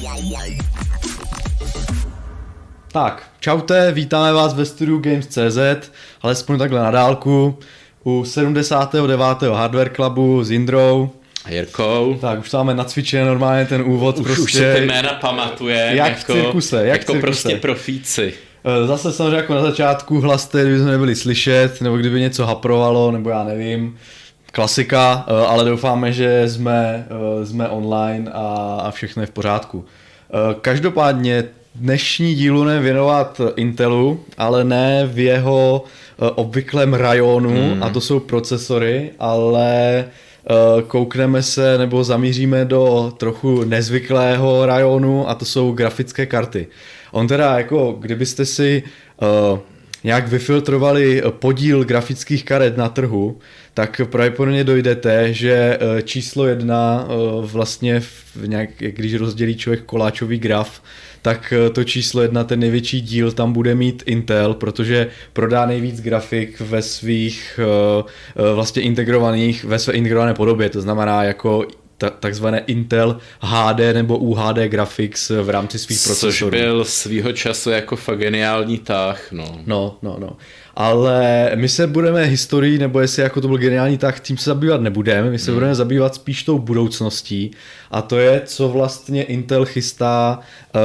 Tak, čaute, vítáme vás ve studiu Games.cz, alespoň takhle na dálku, u 79. Hardware Clubu s Jindrou. A Jirkou. Tak, už máme nacvičené normálně ten úvod. Už se ty jména pamatuje. Jak v cirkuse. Jako prostě profíci. Zase samozřejmě jako na začátku hlas, kdyby jsme nebyli slyšet, nebo kdyby něco haprovalo, nebo já nevím. Klasika, ale doufáme, že jsme online a všechno je v pořádku. Každopádně dnešní dílu věnovat Intelu, ale ne v jeho obvyklém rajonu, a to jsou procesory, ale koukneme se nebo zamíříme do trochu nezvyklého rajonu, a to jsou grafické karty. On teda jako, kdybyste si nějak vyfiltrovali podíl grafických karet na trhu, tak pravděpodobně dojdete, že číslo 1 vlastně když rozdělí člověk koláčový graf, tak to číslo 1, ten největší díl, tam bude mít Intel, protože prodá nejvíc grafik ve svých vlastně ve své integrované podobě, to znamená jako takzvané Intel HD nebo UHD graphics v rámci svých procesorů. Což byl svýho času jako fakt geniální tah, no. No. Ale my se budeme historií, nebo jestli jako to byl geniální tah, tím se zabývat nebudeme, my se budeme zabývat spíš tou budoucností, a to je, co vlastně Intel chystá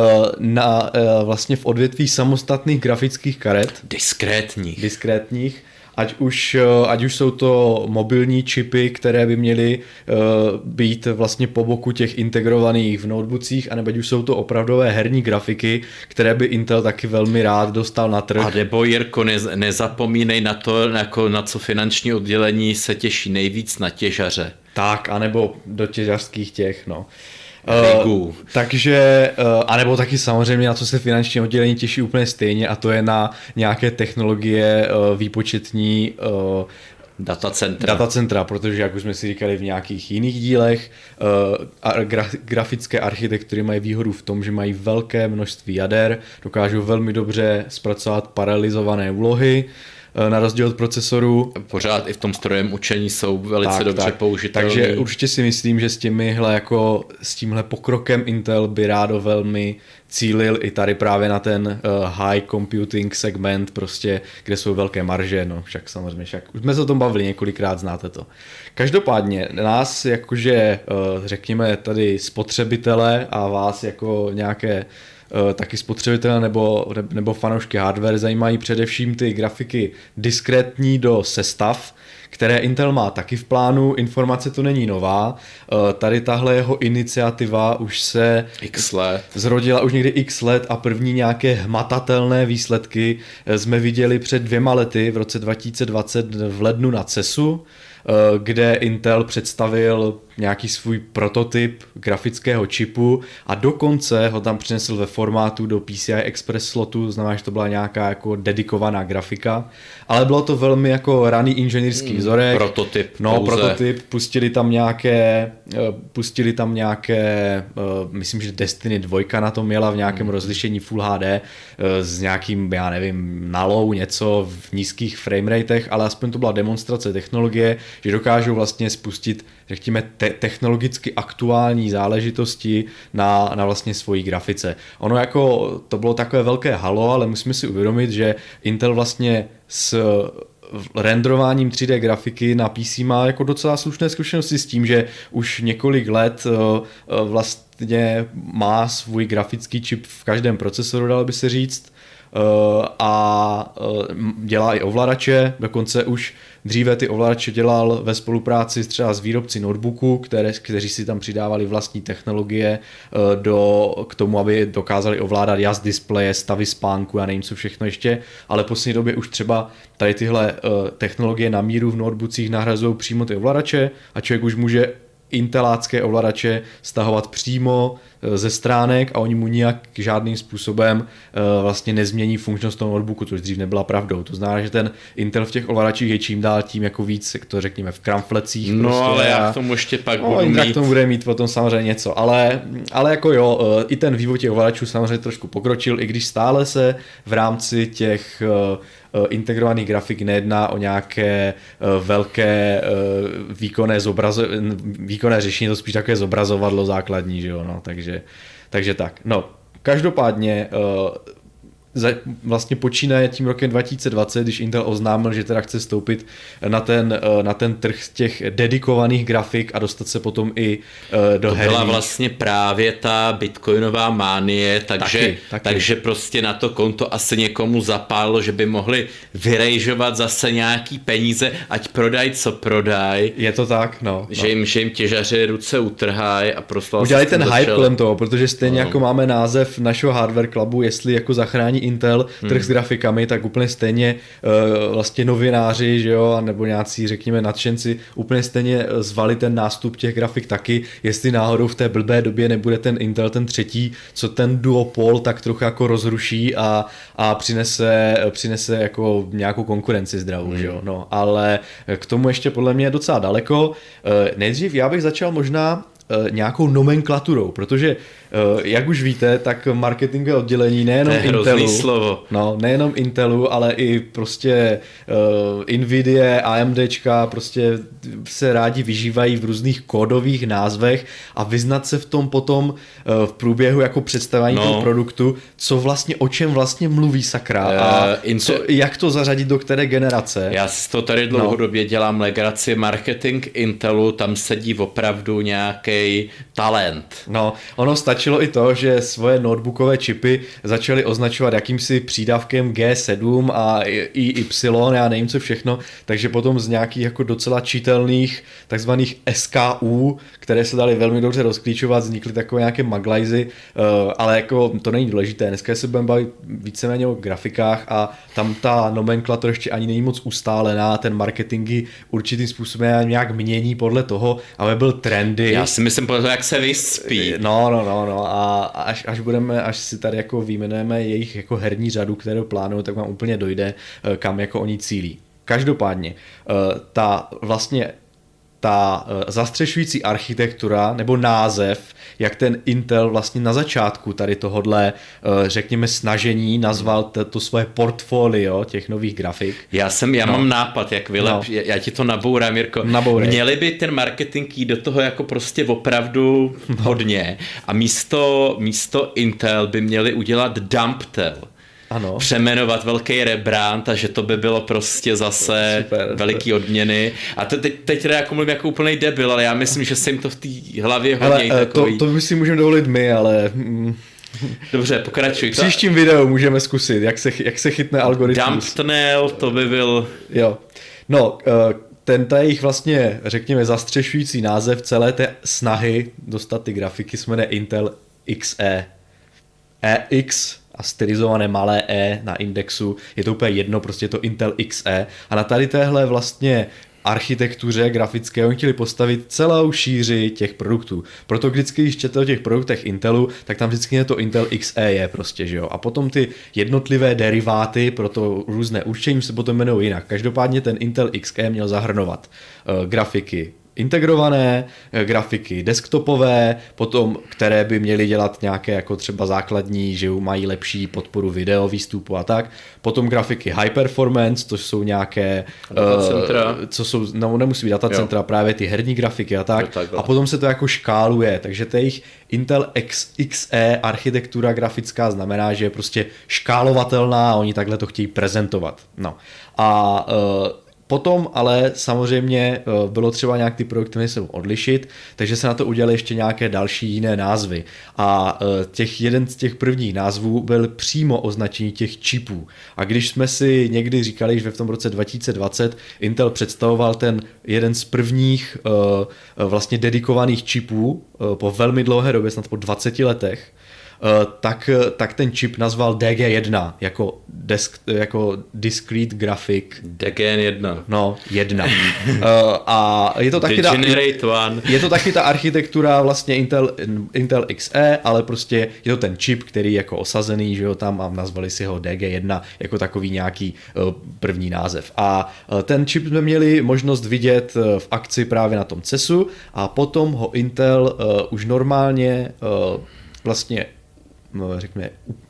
vlastně v odvětví samostatných grafických karet. Diskrétních. Ať už jsou to mobilní čipy, které by měly být vlastně po boku těch integrovaných v notebookích, anebo ať už jsou to opravdové herní grafiky, které by Intel taky velmi rád dostal na trh. A nebo Jirko, nezapomínej na to, jako na co finanční oddělení se těší nejvíc, na těžaře. Tak, anebo do těžařských těch, no. Takže, anebo taky samozřejmě na co se finanční oddělení těší úplně stejně, a to je na nějaké technologie výpočetní datacentra, protože jak už jsme si říkali v nějakých jiných dílech, grafické architektury mají výhodu v tom, že mají velké množství jader, dokážou velmi dobře zpracovat paralelizované úlohy, na rozdíl od procesorů. Pořád i v tom strojem učení jsou velice dobře použitelné. Takže určitě si myslím, že s tímhle pokrokem Intel by rádo velmi cílil i tady právě na ten high computing segment, prostě, kde jsou velké marže, no však samozřejmě, už jsme se o tom bavili několikrát, znáte to. Každopádně nás jakože řekněme tady spotřebitele a vás jako nějaké taky spotřebitele nebo fanoušky hardware zajímají především ty grafiky diskrétní do sestav, které Intel má taky v plánu. Informace to není nová. Tady tahle jeho iniciativa už se zrodila už někdy x let a první nějaké hmatatelné výsledky jsme viděli před 2 lety v roce 2020 v lednu na CESu, kde Intel představil nějaký svůj prototyp grafického čipu a dokonce ho tam přinesl ve formátu do PCI Express slotu, znamená, že to byla nějaká jako dedikovaná grafika, ale bylo to velmi jako raný inženýrský vzorek. Prototyp. Pustili tam nějaké, myslím, že Destiny 2 na to měla v nějakém rozlišení Full HD s nějakým, já nevím, nalou něco v nízkých frameratech, ale aspoň to byla demonstrace technologie, že dokážou vlastně spustit, řekněme, technologicky aktuální záležitosti na vlastně svojí grafice. Ono jako, to bylo takové velké halo, ale musíme si uvědomit, že Intel vlastně s renderováním 3D grafiky na PC má jako docela slušné zkušenosti s tím, že už několik let vlastně má svůj grafický čip v každém procesoru, dalo by se říct, a dělá i ovladače, dokonce už dříve ty ovladače dělal ve spolupráci třeba s výrobci notebooků, kteří si tam přidávali vlastní technologie k tomu, aby dokázali ovládat jazd displeje, stavy spánku, já nevím co všechno ještě, ale v poslední době už třeba tady tyhle technologie na míru v notebookích nahrazují přímo ty ovladače a člověk už může intelácké ovladače stahovat přímo ze stránek a oni mu nijak žádným způsobem vlastně nezmění funkčnost toho notebooku, což dřív nebyla pravdou. To znamená, že ten Intel v těch ovladačích je čím dál tím jako víc, jak to řekněme, v kramflecích. No prostě ale já k tomu ještě pak budu mít. Tak tomu bude mít potom samozřejmě něco, ale jako jo, i ten vývoj těch ovladačů samozřejmě trošku pokročil, i když stále se v rámci těch integrovaných grafik nejedná o nějaké velké výkonné řešení, to spíš takové zobrazovadlo základní, že jo, no, takže tak. No, každopádně vlastně počínaje tím rokem 2020, když Intel oznámil, že teda chce vstoupit na ten trh těch dedikovaných grafik a dostat se potom i do herních. To byla vlastně právě ta bitcoinová mánie, takže prostě na to konto asi někomu zapálilo, že by mohli vyrejžovat zase nějaký peníze, ať prodaj, co prodaj. Je to tak, no. Že jim těžaři ruce utrhají a prostě udělali ten hype kolem toho, protože stejně jako máme název našeho Hardware Clubu, jestli jako zachrání Intel trh s grafikami, tak úplně stejně vlastně novináři, že jo, nebo nějací, řekněme, nadšenci úplně stejně zvali ten nástup těch grafik taky, jestli náhodou v té blbé době nebude ten Intel ten třetí, co ten duopol tak trochu jako rozruší a přinese jako nějakou konkurenci zdravou, že jo, no, ale k tomu ještě podle mě je docela daleko. Nejdřív já bych začal možná nějakou nomenklaturou, protože jak už víte, tak marketingové oddělení nejenom Intelu, nejenom Intelu, ale i prostě Nvidia, AMDčka prostě se rádi vyžívají v různých kódových názvech a vyznat se v tom potom v průběhu jako představení toho produktu, co vlastně, o čem vlastně mluví sakra a jak to zařadit do které generace. Já si to tady dlouhodobě dělám legraci, marketing Intelu, tam sedí opravdu nějaký talent. No, ono stačilo i to, že svoje notebookové čipy začaly označovat jakýmsi přídavkem G7 a Y, já nevím co všechno, takže potom z nějakých jako docela čitelných takzvaných SKU, které se daly velmi dobře rozklíčovat, vznikly takové nějaké maglajzy, ale jako to není důležité. Dneska se budeme bavit víceméně o grafikách a tam ta nomenklatura ještě ani není moc ustálená, ten marketingy určitým způsobem nějak mění podle toho, aby byl trendy. Já si myslím podle toho, jak se vyspí. No. A až si tady jako vyjmenujeme jejich jako herní řadu, kterou plánují, tak vám úplně dojde, kam jako oni cílí. Každopádně, ta zastřešující architektura nebo název, jak ten Intel vlastně na začátku tady tohodle, řekněme, snažení nazval to svoje portfolio těch nových grafik. Já mám nápad, jak já ti to nabourám, Jirko. Měli by ten marketing jít do toho jako prostě opravdu hodně a místo Intel by měli udělat Dumptel. Ano. Přemenovat velký rebrand a že to by bylo prostě zase veliký odměny. A teď jako mluvím jako úplnej debil, ale já myslím, že se jim to v té hlavě hodně takový. To si můžeme dovolit my, ale... Dobře, pokračuj. V příštím videu můžeme zkusit, jak se chytne algoritmus. Dumptnel, to by byl... Jo. No, ta jejich vlastně, řekněme, zastřešující název celé té snahy dostat ty grafiky se jmenuje Intel XE. EX a stylizované malé E na indexu, je to úplně jedno, prostě je to Intel XE a na tady téhle vlastně architektuře grafické oni chtěli postavit celou šíři těch produktů. Proto vždycky, když čtete o těch produktech Intelu, tak tam vždycky je to Intel XE je prostě, že jo. A potom ty jednotlivé deriváty pro to různé určení se potom jmenují jinak. Každopádně ten Intel XE měl zahrnovat grafiky integrované, grafiky desktopové, potom, které by měly dělat nějaké jako třeba základní, že mají lepší podporu video výstupu a tak. Potom grafiky high performance, to jsou nějaké co jsou, no nemusí být datacentra, právě ty herní grafiky a tak. A potom se to jako škáluje, takže to jejich Intel XE architektura grafická znamená, že je prostě škálovatelná a oni takhle to chtějí prezentovat. No. A potom ale samozřejmě bylo třeba nějak ty produkty se odlišit, takže se na to udělali ještě nějaké další jiné názvy. A jeden z těch prvních názvů byl přímo označení těch čipů. A když jsme si někdy říkali, že v tom roce 2020 Intel představoval ten jeden z prvních vlastně dedikovaných čipů po velmi dlouhé době, snad po 20 letech, tak ten čip nazval DG1 jako Discrete Graphic. DG1. No, 1. A je to taky je to taky ta architektura vlastně Intel XE, ale prostě je to ten čip, který jako osazený, že jo, tam a nazvali si ho DG1 jako takový nějaký první název. A ten čip jsme měli možnost vidět v akci právě na tom CESu a potom ho Intel už normálně vlastně řekněme,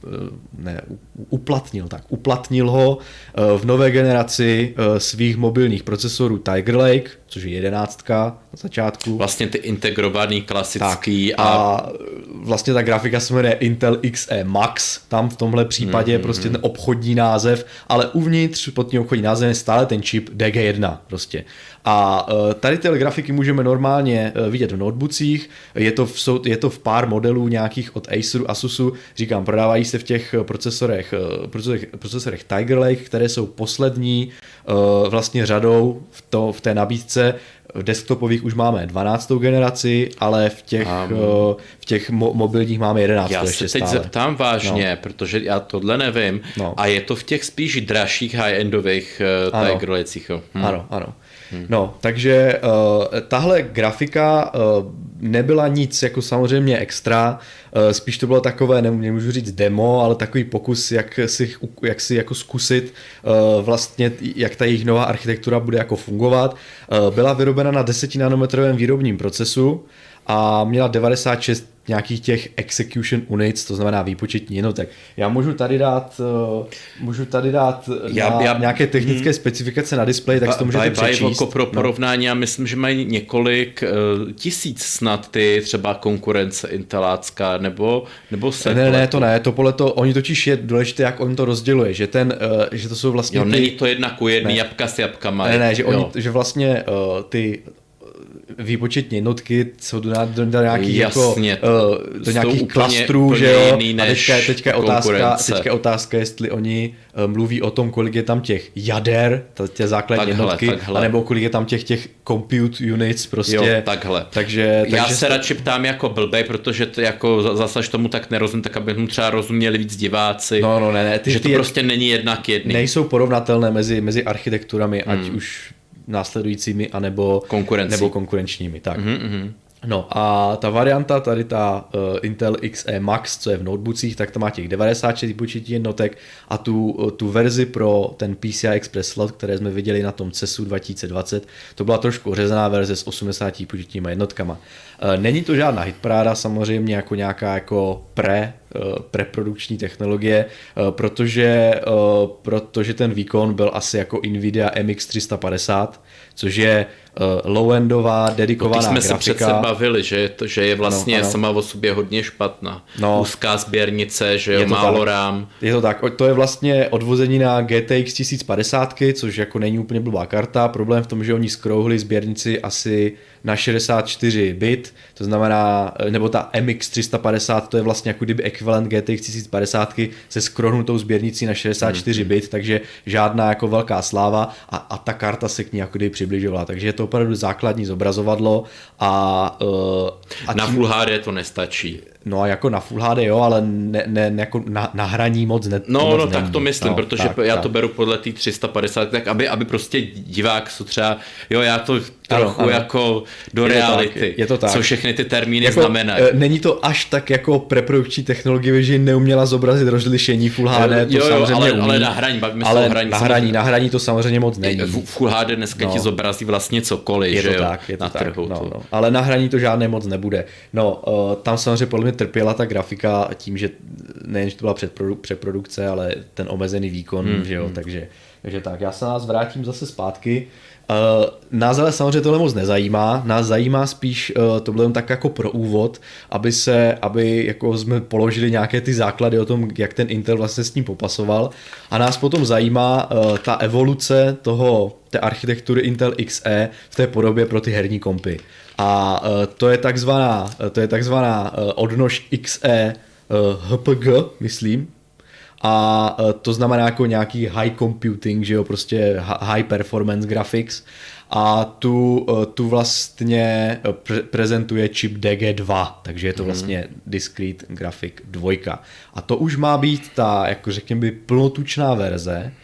uplatnil ho v nové generaci svých mobilních procesorů Tiger Lake, což je 11 na začátku. Vlastně ty integrovaný, klasický. Tak, a vlastně ta grafika se jmenuje Intel Xe Max, tam v tomhle případě prostě ten obchodní název, ale uvnitř pod tím obchodní názvem je stále ten čip DG1 prostě. A tady ty grafiky můžeme normálně vidět v notebookích, je to v pár modelů nějakých od Aceru, Asusu, říkám, prodávají se v těch procesorech Tiger Lake, které jsou poslední vlastně řadou v té nabídce. V desktopových už máme 12. generaci, ale v těch mobilních máme 11. Já ještě se teď stále. Zeptám vážně, protože já tohle nevím. A je to v těch spíš dražších high-endových Tiger Lakech. Ano. No, takže tahle grafika nebyla nic jako samozřejmě extra, spíš to bylo takové, nemůžu říct demo, ale takový pokus, jak si jako zkusit vlastně, jak ta jejich nová architektura bude jako fungovat. Byla vyrobena na 10 nanometrovém výrobním procesu a měla 96 nějakých těch execution units, to znamená výpočetní jednotek. Já můžu tady dát nějaké technické specifikace na displeji, tak si to můžete přečíst. Pro porovnání, já myslím, že mají několik tisíc snad ty třeba konkurence intelácká, nebo se... Ne, to podle toho, oni totiž je důležité, jak on to rozděluje, že to jsou vlastně... není to 1:1, jabka s jabkama. Že vlastně ty výpočetní jednotky jsou do nějakých do nějakých klastrů, že jo, a teďka je otázka, jestli oni mluví o tom, kolik je tam těch jader, těch základní jednotky, anebo kolik je tam těch compute units prostě. Jo, takhle. Takže já se radši ptám jako blbej, protože to jako zase tomu tak nerozumím, tak aby mu třeba rozuměli víc diváci. Ne, že to prostě není jednak jedný. Nejsou porovnatelné mezi architekturami, ať už následujícími anebo konkurenčními. Tak. No a ta varianta, tady ta Intel Xe Max, co je v notebookích, tak to má těch 96 výpočetních jednotek a tu verzi pro ten PCI Express slot, které jsme viděli na tom CESu 2020, to byla trošku ořezaná verze s 80 výpočetními jednotkama. Není to žádná hitparáda, samozřejmě jako nějaká jako preprodukční technologie, protože ten výkon byl asi jako Nvidia MX 350, což je low-endová, dedikovaná grafika. Jsme se přece bavili, že je vlastně sama o sobě hodně špatná. Úzká sběrnice, že je málo RAM. Je to tak, to je vlastně odvození na GTX 1050, což jako není úplně blbá karta. Problém v tom, že oni skrouhli sběrnici asi na 64 bit, to znamená, nebo ta MX 350, to je vlastně jako kdyby ekvivalent GTX 1050 se skrouhnutou sběrnicí na 64 bit, takže žádná jako velká sláva a ta karta se k ní jako kdyby přibližovala, takže je to opravdu základní zobrazovadlo a na Full HD to nestačí. No a jako na Full HD jo, ale ne jako na hraní moc ne. No tak to myslím, protože já to beru podle té 350, tak aby prostě divák co třeba, já to trochu jako do reality, je to tak. Co všechny ty termíny znamenají. Není to až tak jako preprodukční technologie, že neuměla zobrazit rozlišení Full HD, to samozřejmě ale na hraní, bavíme se o hraní. Na hraní to samozřejmě moc není. Full HD dneska ti zobrazí vlastně cokoliv, je že to jo, tak, na trhu. Ale na hraní to žádné moc nebude. Tam samozřejmě podle mě trpěla ta grafika tím, že nejen, že to byla přeprodukce, ale ten omezený výkon, že jo, takže tak. Já se nás vrátím zase zpátky. Nás ale samozřejmě tohle moc nezajímá, nás zajímá spíš tohle tak jako pro úvod, aby jako jsme položili nějaké ty základy o tom, jak ten Intel vlastně s ním popasoval a nás potom zajímá ta evoluce té architektury Intel Xe v té podobě pro ty herní kompy. A to je takzvaná odnož Xe HPG, myslím. A to znamená jako nějaký high computing, že jo, prostě high performance graphics a tu vlastně prezentuje čip DG2, takže je to vlastně discrete graphic 2. A to už má být ta, jako řekněme, plnotučná verze,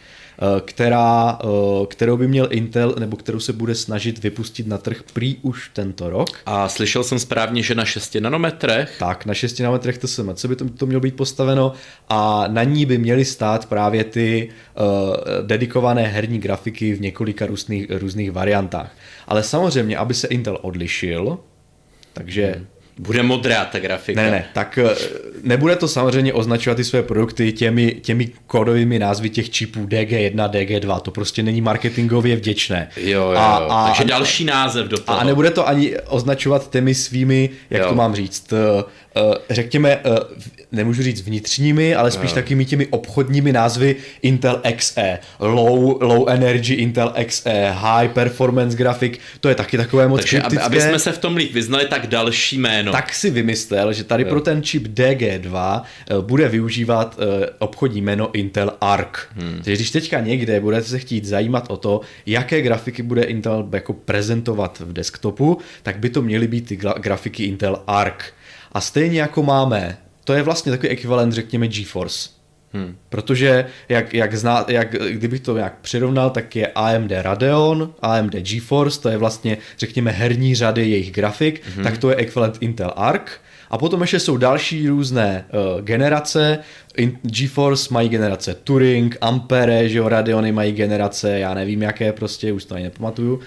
kterou by měl Intel, nebo kterou se bude snažit vypustit na trh prý už tento rok. A slyšel jsem správně, že na 6 nanometrech? Tak, na 6 nanometrech co by to mělo být postaveno a na ní by měly stát právě ty dedikované herní grafiky v několika různých variantách. Ale samozřejmě, aby se Intel odlišil, takže Bude modrá ta grafika. Ne, tak nebude to samozřejmě označovat ty své produkty těmi kódovými názvy těch čipů DG1, DG2, to prostě není marketingově vděčné. Jo, takže další název do toho. A nebude to ani označovat těmi svými, jak to mám říct, řekněme, nemůžu říct vnitřními, ale spíš takými těmi obchodními názvy Intel XE, low energy Intel XE, high performance grafik, to je taky takové moc kryptické. Aby jsme se v tom líp vyznali, tak další jméno. Tak si vymyslel, že tady pro ten čip DG2 bude využívat obchodní jméno Intel Arc. Takže když teďka někde budete se chtít zajímat o to, jaké grafiky bude Intel jako prezentovat v desktopu, tak by to měly být ty grafiky Intel Arc. A stejně jako máme, to je vlastně takový ekvivalent, řekněme, GeForce. Protože kdybych to nějak přirovnal, tak je AMD Radeon, AMD GeForce, to je vlastně, řekněme, herní řady jejich grafik, tak to je ekvivalent Intel Arc. A potom ještě jsou další různé generace. GeForce mají generace Turing, Ampere, že jo, Radeony mají generace, já nevím jaké, prostě už to ani nepamatuju.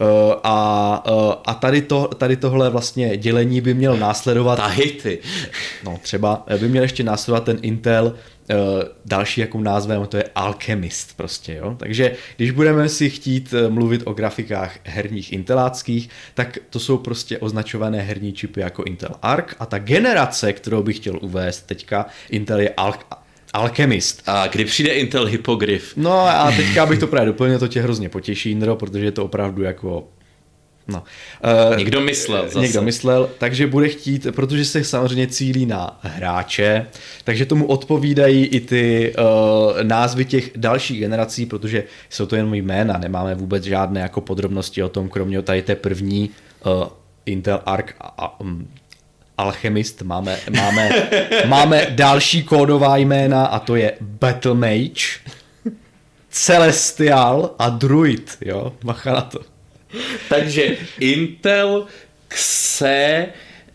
A tady tohle vlastně dělení by měl následovat. Tahiti. No třeba by měl ještě následovat ten Intel další jakou názvem, to je Alchemist prostě, jo. Takže když budeme si chtít mluvit o grafikách herních inteláckých, tak to jsou prostě označované herní čipy jako Intel Arc a ta generace, kterou bych chtěl uvést teďka, Intel je Alchemist. A kdy přijde Intel Hippogriff? No a teďka bych to právě doplnil, to tě hrozně potěší, Indro, protože je to opravdu jako Někdo myslel, takže bude chtít, protože se samozřejmě cílí na hráče, takže tomu odpovídají i ty názvy těch dalších generací, protože jsou to jenom jména, nemáme vůbec žádné jako podrobnosti o tom, kromě tady té první Intel Arc Alchemist, máme další kódová jména a to je Battlemage, Celestial a Druid, jo, bacha na to. Takže Intel, Xe,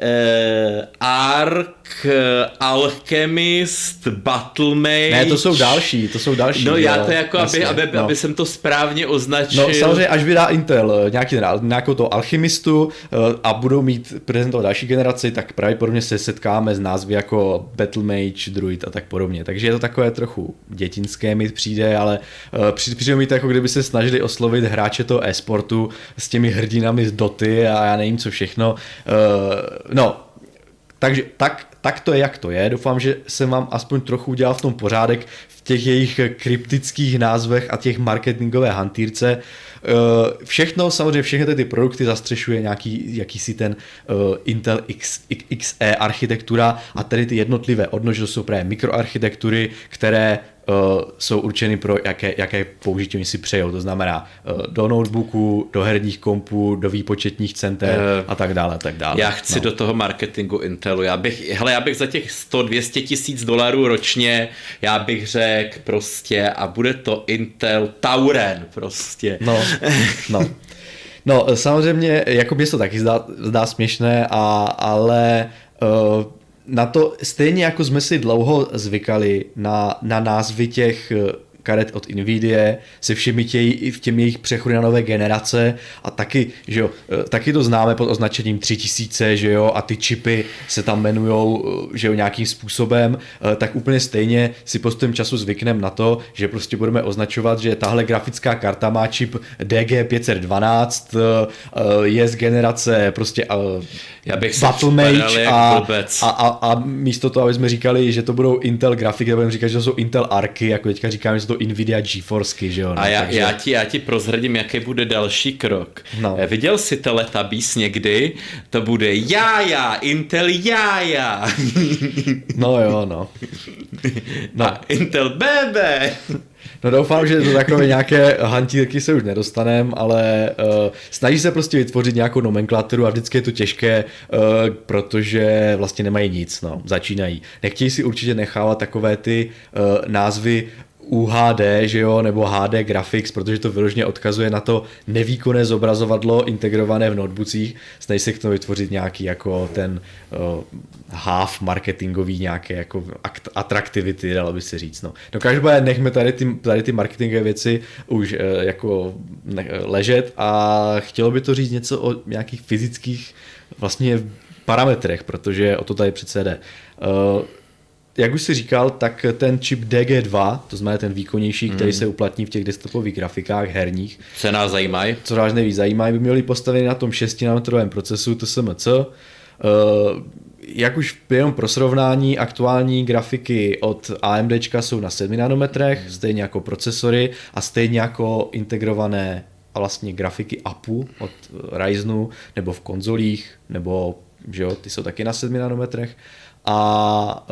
Arc, Alchemist, Battlemage. Ne, to jsou další. No já to jako, aby jsem to správně označil. No samozřejmě, až vydá Intel nějakou toho Alchemistu a budou mít prezentovat další generaci, tak pravděpodobně se setkáme s názvy jako Battlemage, Druid a tak podobně. Takže je to takové trochu dětinské mi přijde, ale přijde mi to jako kdyby se snažili oslovit hráče toho e-sportu s těmi hrdinami z Doty a já nevím co všechno. Takže tak to je, jak to je. Doufám, že jsem vám aspoň trochu udělal v tom pořádek v těch jejich kryptických názvech a těch marketingové hantýrce. Samozřejmě všechny ty produkty zastřešuje jakýsi ten Intel XE architektura a tady ty jednotlivé odnože, to jsou právě mikroarchitektury, které jsou určeny pro jaké použití oni si přejou. To znamená do notebooku, do herních kompů, do výpočetních center a tak dále. Já chci do toho marketingu Intelu. Já bych za těch 100-200 tisíc dolarů ročně, já bych řekl prostě a bude to Intel Tauren prostě. No, samozřejmě, jako mě to taky zdá směšné, ale na to stejně jako jsme si dlouho zvykali na názvy těch karet od Nvidia se všemi těmi jejich přechody na nové generace a taky, že jo, taky to známe pod označením 3000, že jo, a ty čipy se tam jmenujou, že jo, nějakým způsobem, tak úplně stejně si postupem času zvykneme na to, že prostě budeme označovat, že tahle grafická karta má čip DG512, je z generace prostě Battlemage a místo toho, aby jsme říkali, že to budou Intel grafiky, budeme říkat, že to jsou Intel Arcy, jako teďka říkáme, že to Nvidia GeForce, že jo. A já ti prozradím, jaký bude další krok. No. Viděl jsi Teletubbies někdy? To bude jája, Intel jája. No jo, no. A Intel BB. No doufám, že do takové nějaké hantírky se už nedostaneme, ale snaží se prostě vytvořit nějakou nomenklaturu a vždycky je to těžké, protože vlastně nemají nic, no, začínají. Nechtějí si určitě nechávat takové ty názvy UHD, že jo, nebo HD Graphics, protože to vyloženě odkazuje na to nevýkonné zobrazovadlo integrované v notebookích. Snaží se k tomu vytvořit nějaký jako ten half marketingový nějaké jako atraktivity, dalo by se říct. No každopádně nechme tady ty marketingové věci už jako ležet a chtělo by to říct něco o nějakých fyzických vlastně parametrech, protože o to tady přece jde. Jak už jsi říkal, tak ten čip DG2, to znamená ten výkonnější, který se uplatní v těch desktopových grafikách herních. Co nás zajímají? Co nás nejvíc zajímají, by měli postavit na tom 6nanometrovém procesu TSMC. Jak už jenom pro srovnání, aktuální grafiky od AMDčka jsou na 7 nanometrech, stejně jako procesory a stejně jako integrované a vlastně grafiky APU od Ryzenu, nebo v konzolích, nebo že jo, ty jsou taky na 7 nanometrech. A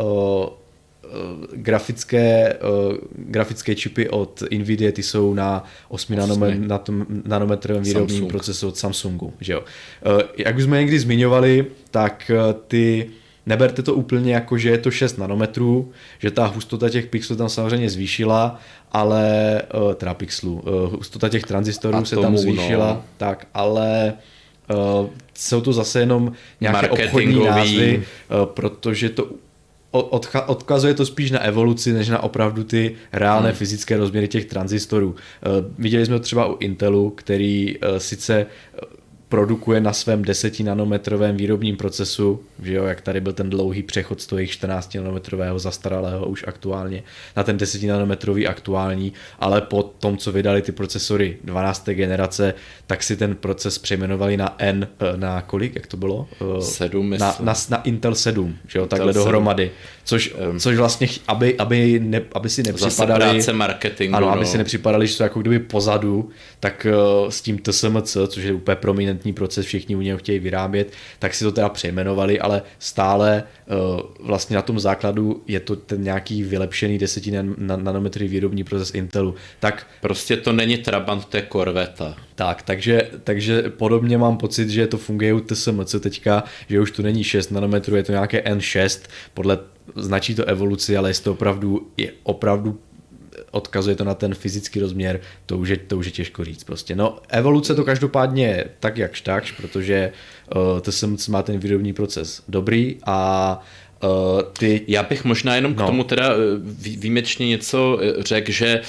grafické čipy od Nvidia, ty jsou na 8 nanometrovém výrobním procesu od Samsungu. Že jo. Jak už jsme někdy zmiňovali, tak neberte to úplně jako, že je to 6 nanometrů, že ta hustota těch pixelů tam samozřejmě zvýšila, ale teda pixelů, hustota těch tranzistorů se tam zvýšila, tak, ale jsou to zase jenom nějaké obchodní názvy, protože to odkazuje to spíš na evoluci, než na opravdu ty reálné fyzické rozměry těch tranzistorů. Viděli jsme to třeba u Intelu, který sice produkuje na svém 10 nanometrovém výrobním procesu, že jo, jak tady byl ten dlouhý přechod z toho jejich 14 nanometrového zastaralého už aktuálně na ten 10 nanometrový aktuální, ale po tom, co vydali ty procesory 12. generace, tak si ten proces přejmenovali na kolik, jak to bylo? 7, na Intel 7, že jo, Intel takhle 7. Dohromady. Což vlastně, aby si nepřipadali... Zase práce marketingu. Ano, aby si nepřipadali, že jsou jako kdyby pozadu, tak s tím TSMC, což je úplně prominentní proces, všichni u něho chtějí vyrábět, tak si to teda přejmenovali, ale stále vlastně na tom základu je to ten nějaký vylepšený 10 nanometrový výrobní proces Intelu. Tak prostě to není Trabant, to je Corvetta. Tak, takže podobně mám pocit, že to funguje u TSMC teďka, že už tu není 6 nanometrů, je to nějaké N6, značí to evoluci, ale jestli to opravdu odkazuje to na ten fyzický rozměr, to už je těžko říct prostě. No, evoluce to každopádně tak jakž takž, protože TSMC má ten výrobní proces dobrý a Já bych možná jenom k tomu teda výjimečně něco řekl, že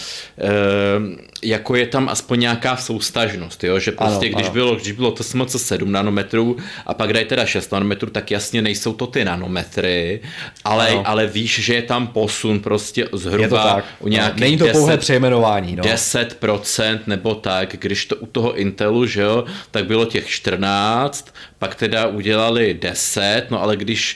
jako je tam aspoň nějaká souvztažnost, jo? Že prostě když bylo to TSMC 7 nanometrů a pak dají teda 6 nanometrů, tak jasně nejsou to ty nanometry, ale víš, že je tam posun prostě zhruba u nějakých není to pouhé přejmenování. 10% nebo tak, když to u toho Intelu, že jo, tak bylo těch 14, pak teda udělali 10, no ale když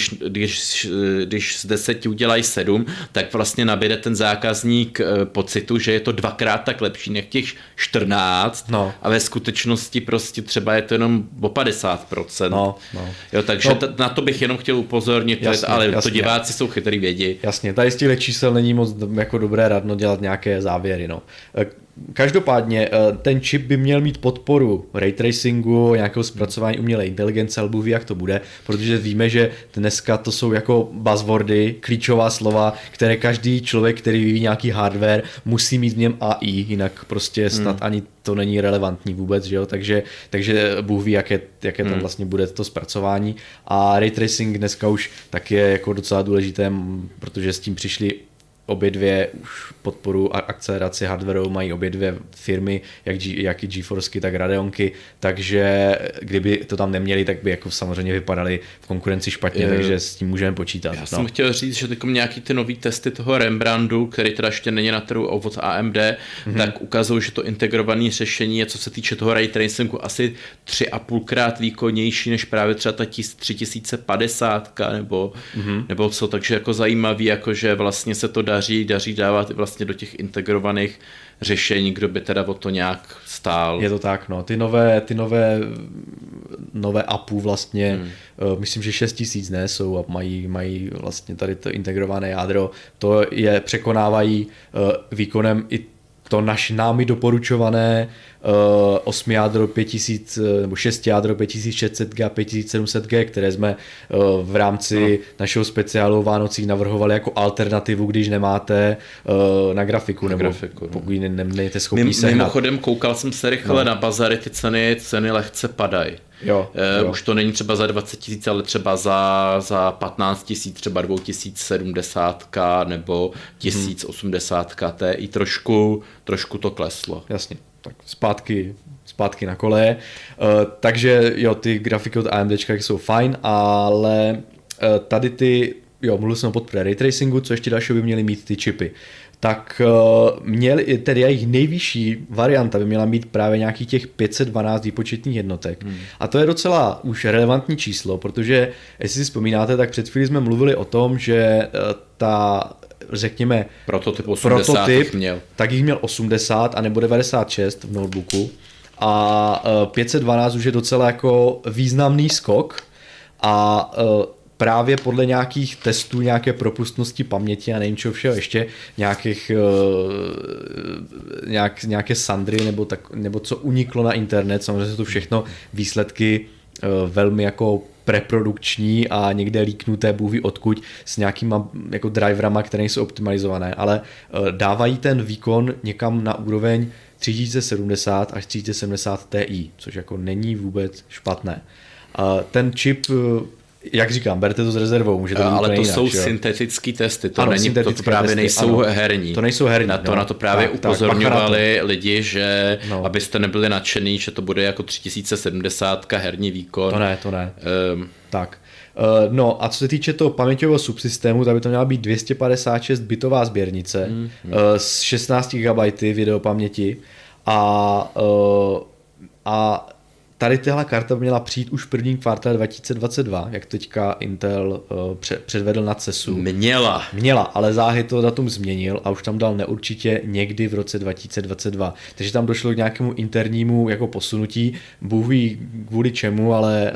z 10 udělají 7, tak vlastně nabíde ten zákazník pocitu, že je to dvakrát tak lepší než těch 14, a ve skutečnosti prostě třeba je to jenom o 50%. Jo, takže na to bych jenom chtěl upozornit, ale to diváci jsou chytrý, vědí. Jasně, tady z těchto čísel není moc jako dobré radno dělat nějaké závěry. Každopádně ten čip by měl mít podporu ray tracingu, nějakého zpracování umělé inteligence, ale Bůh ví, jak to bude, protože víme, že dneska to jsou jako buzzwordy, klíčová slova, které každý člověk, který vyvíjí nějaký hardware, musí mít v něm AI, jinak prostě snad ani to není relevantní vůbec, že jo? Takže Bůh ví, jaké tam vlastně bude to zpracování. A ray tracing dneska už tak je jako docela důležité, protože s tím přišli obě dvě už podporu a akceleraci hardwareu mají obě dvě firmy, jak i GeForceky, tak Radeonky, takže kdyby to tam neměli, tak by jako samozřejmě vypadali v konkurenci špatně, takže s tím můžeme počítat. Já jsem chtěl říct, že teď nějaký ty nový testy toho Rembrandtu, který teda ještě není na trhu od AMD, tak ukazují, že to integrované řešení je, co se týče toho ray tracingu, asi 3,5krát výkonnější než právě třeba ta 3050 nebo co, takže jako zajímavý, jako že vlastně se to daří dávat vlastně do těch integrovaných řešení, kdo by teda o to nějak stál. Je to tak, no. Ty nové APU vlastně, myslím, že 6000 jsou a mají vlastně tady to integrované jádro. To je překonávají výkonem i to námi doporučované 8 jádro 5000 nebo 6 jádro 5600G a 5700G, které jsme v rámci našeho speciálu Vánocích navrhovali jako alternativu, když nemáte na grafiku, nebo pokud nejste schopni sehnat. Mimochodem koukal jsem se rychle na bazary, ty ceny lehce padají. Jo. Už to není třeba za 20 000, ale třeba za 15 000, třeba 2070 nebo 1080 Ti trošku to kleslo. Jasně. tak zpátky na koleje. Takže jo, ty grafiky od AMDčka jsou fajn, ale tady mluvil jsem o podpoře ray tracingu, co ještě dalšího by měly mít ty čipy. Tak měli, tedy jejich nejvyšší varianta by měla mít právě nějakých těch 512 výpočetních jednotek. A to je docela už relevantní číslo, protože jestli si vzpomínáte, tak před chvíli jsme mluvili o tom, že řekněme, prototyp měl. Tak jich měl 80 a nebo 96 v notebooku. A 512 už je docela jako významný skok a právě podle nějakých testů, nějaké propustnosti paměti a nevím čeho všeho ještě, nějaké sandry nebo co uniklo na internet, samozřejmě jsou to všechno výsledky velmi jako preprodukční a někde líknuté bůhví odkud s nějakýma jako driverama, které jsou optimalizované, ale dávají ten výkon někam na úroveň 3070 až 3070 Ti, což jako není vůbec špatné. Ten čip, jak říkám, berte to s rezervou, může to být ale to jinak, jsou jo? syntetický testy, to právě testy, nejsou herní. To nejsou herní. Na to právě upozorňovali lidi, že abyste nebyli nadšený, že to bude jako 3070 herní výkon. To ne. Tak. No a co se týče toho paměťového subsystému, tak by to měla být 256 bitová sběrnice s 16 GB videopaměti a tady tahle karta měla přijít už v prvním kvartále 2022, jak teďka Intel předvedl na CESu. Měla, ale záhy to datum změnil a už tam dal neurčitě někdy v roce 2022. Takže tam došlo k nějakému internímu jako posunutí. Bůh ví kvůli čemu, ale...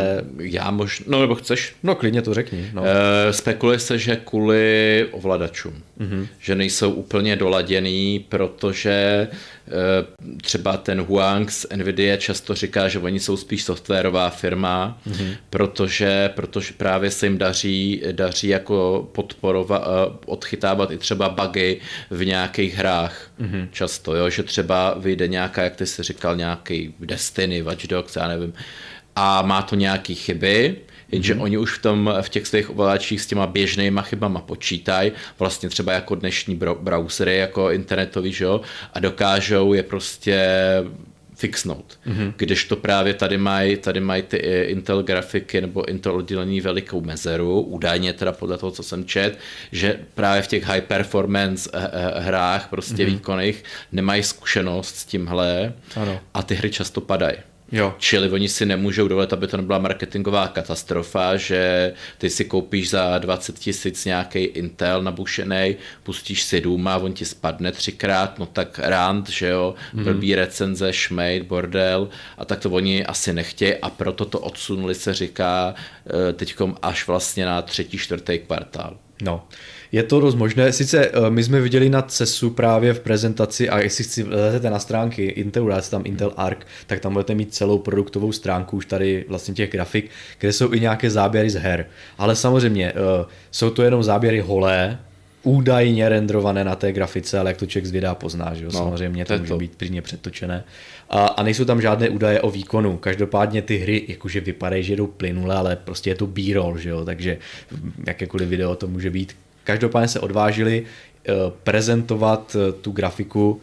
Já možná, nebo chceš? No klidně to řekni. No. Spekuluje se, že kvůli ovladačům. Že nejsou úplně doladěný, protože třeba ten Huang z Nvidia často říká, že oni jsou spíš softwarová firma, protože právě se jim daří jako odchytávat i třeba bugy v nějakých hrách často, jo? Že třeba vyjde nějaká, jak ty jsi říkal, nějaký Destiny, Watch Dogs, já nevím, a má to nějaký chyby, jenže oni už v těch svých ovladačích s těma běžnýma chybama počítají, vlastně třeba jako dnešní browsery, jako internetový, že jo, a dokážou je prostě fixnout. Když to právě tady mají ty Intel grafiky nebo Intel oddělení velikou mezeru, údajně teda podle toho, co jsem čet, že právě v těch high performance hrách prostě výkonných nemají zkušenost s tímhle a ty hry často padají. Jo. Čili oni si nemůžou dovolit, aby to nebyla marketingová katastrofa, že ty si koupíš za 20 000 nějaký Intel nabušenej, pustíš si Doom a on ti spadne 3krát, no tak rant, že jo, blbý recenze, šmejt, bordel a tak to oni asi nechtějí a proto to odsunuli, se říká teďkom až vlastně na 3., 4. kvartál. No, je to dost možné. Sice my jsme viděli na CESu právě v prezentaci a jestli si lezete na stránky Intelu, dáte tam Intel Arc, tak tam budete mít celou produktovou stránku už tady vlastně těch grafik, kde jsou i nějaké záběry z her. Ale samozřejmě jsou to jenom záběry holé, údajně renderované na té grafice, ale jak to člověk z videa pozná, že jo? Samozřejmě to může být klidně předtočené. A nejsou tam žádné údaje o výkonu. Každopádně ty hry jakože vypadají, že jdou plynule, ale prostě je to B-roll, že jo? Takže jakékoliv video to může být. Každopádně se odvážili prezentovat tu grafiku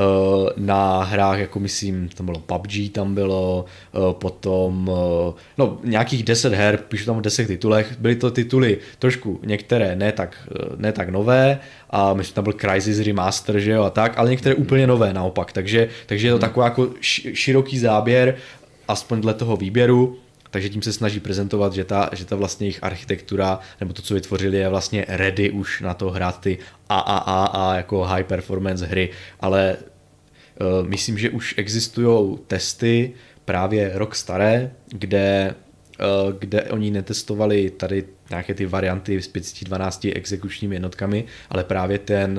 na hrách, jako myslím, tam bylo PUBG, tam bylo potom nějakých 10 her, píšu tam o 10 titulech, byly to tituly trošku některé ne tak nové a myslím, tam byl Crysis Remaster, že jo, a tak, ale některé úplně nové naopak, takže je to takový jako široký záběr, aspoň dle toho výběru. Takže tím se snaží prezentovat, že ta vlastně jejich architektura, nebo to, co vytvořili, je vlastně ready už na to hrát ty AAA jako high performance hry, ale myslím, že už existují testy právě rok staré, kde oni netestovali tady nějaké ty varianty s 512 exekučními jednotkami, ale právě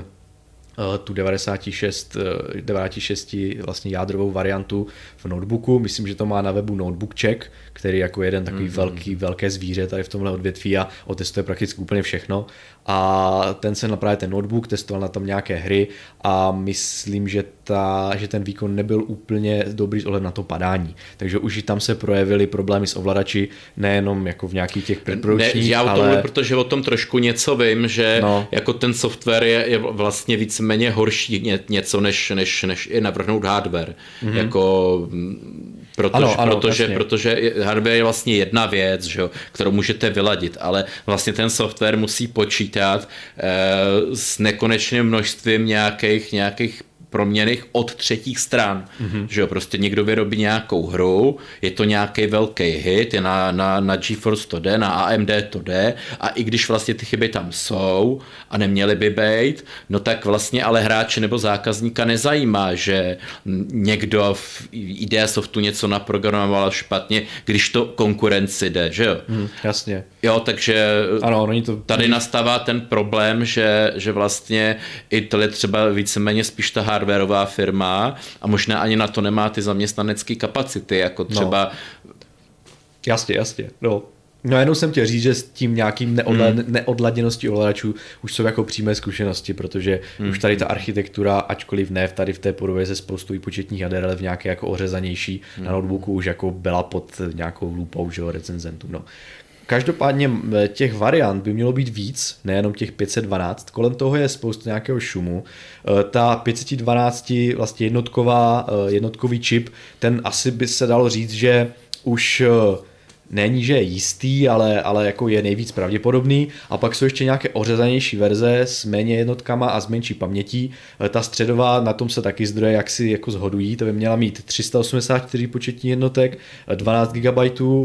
tu 96 vlastně jádrovou variantu v notebooku. Myslím, že to má na webu Notebook Check, který jako jeden takový velké zvíře tady v tomhle odvětví a otestuje prakticky úplně všechno. A ten se právě ten notebook testoval na tam nějaké hry a myslím, že ten výkon nebyl úplně dobrý s ohledem na to padání. Takže už i tam se projevily problémy s ovladači, nejenom jako v nějakých těch předprodukčních, Já o tom, protože o tom trošku něco vím, že jako ten software je vlastně víceméně víceméně horší něco, než i navrhnout hardware. Jako, protože hardware je vlastně jedna věc, že jo, kterou můžete vyladit, ale vlastně ten software musí počítat s nekonečným množstvím nějakých proměných od třetích stran. Že jo, prostě někdo vyrobí nějakou hru, je to nějaký velký hit, je na GeForce to jde, na AMD to jde a i když vlastně ty chyby tam jsou a neměly by být, no tak vlastně ale hráče nebo zákazníka nezajímá, že někdo v ID Softu něco naprogramoval špatně, když to konkurenci jde, že jo? Jasně. Jo, takže tady nastává ten problém, že vlastně Intel je třeba víceméně spíš ta hardwareová firma a možná ani na to nemá ty zaměstnanecké kapacity, jako třeba... Jasně. No jenom jsem chtěl říct, že s tím nějakým neodladěností ovladačů už jsou jako přímé zkušenosti, protože už tady ta architektura, ačkoliv ne tady v té podobě se spoustou výpočetních jader, ale v nějaké jako ořezanější na notebooku už jako byla pod nějakou lupou, že jo, recenzentů. No. Každopádně těch variant by mělo být víc, nejenom těch 512, kolem toho je spoustu nějakého šumu. Ta 512 vlastně jednotkový čip, ten asi by se dalo říct, že už není, že je jistý, ale jako je nejvíc pravděpodobný. A pak jsou ještě nějaké ořezanější verze s méně jednotkama a s menší pamětí. Ta středová, na tom se taky zdroje jaksi jako shodují, to by měla mít 384 početních jednotek, 12 GB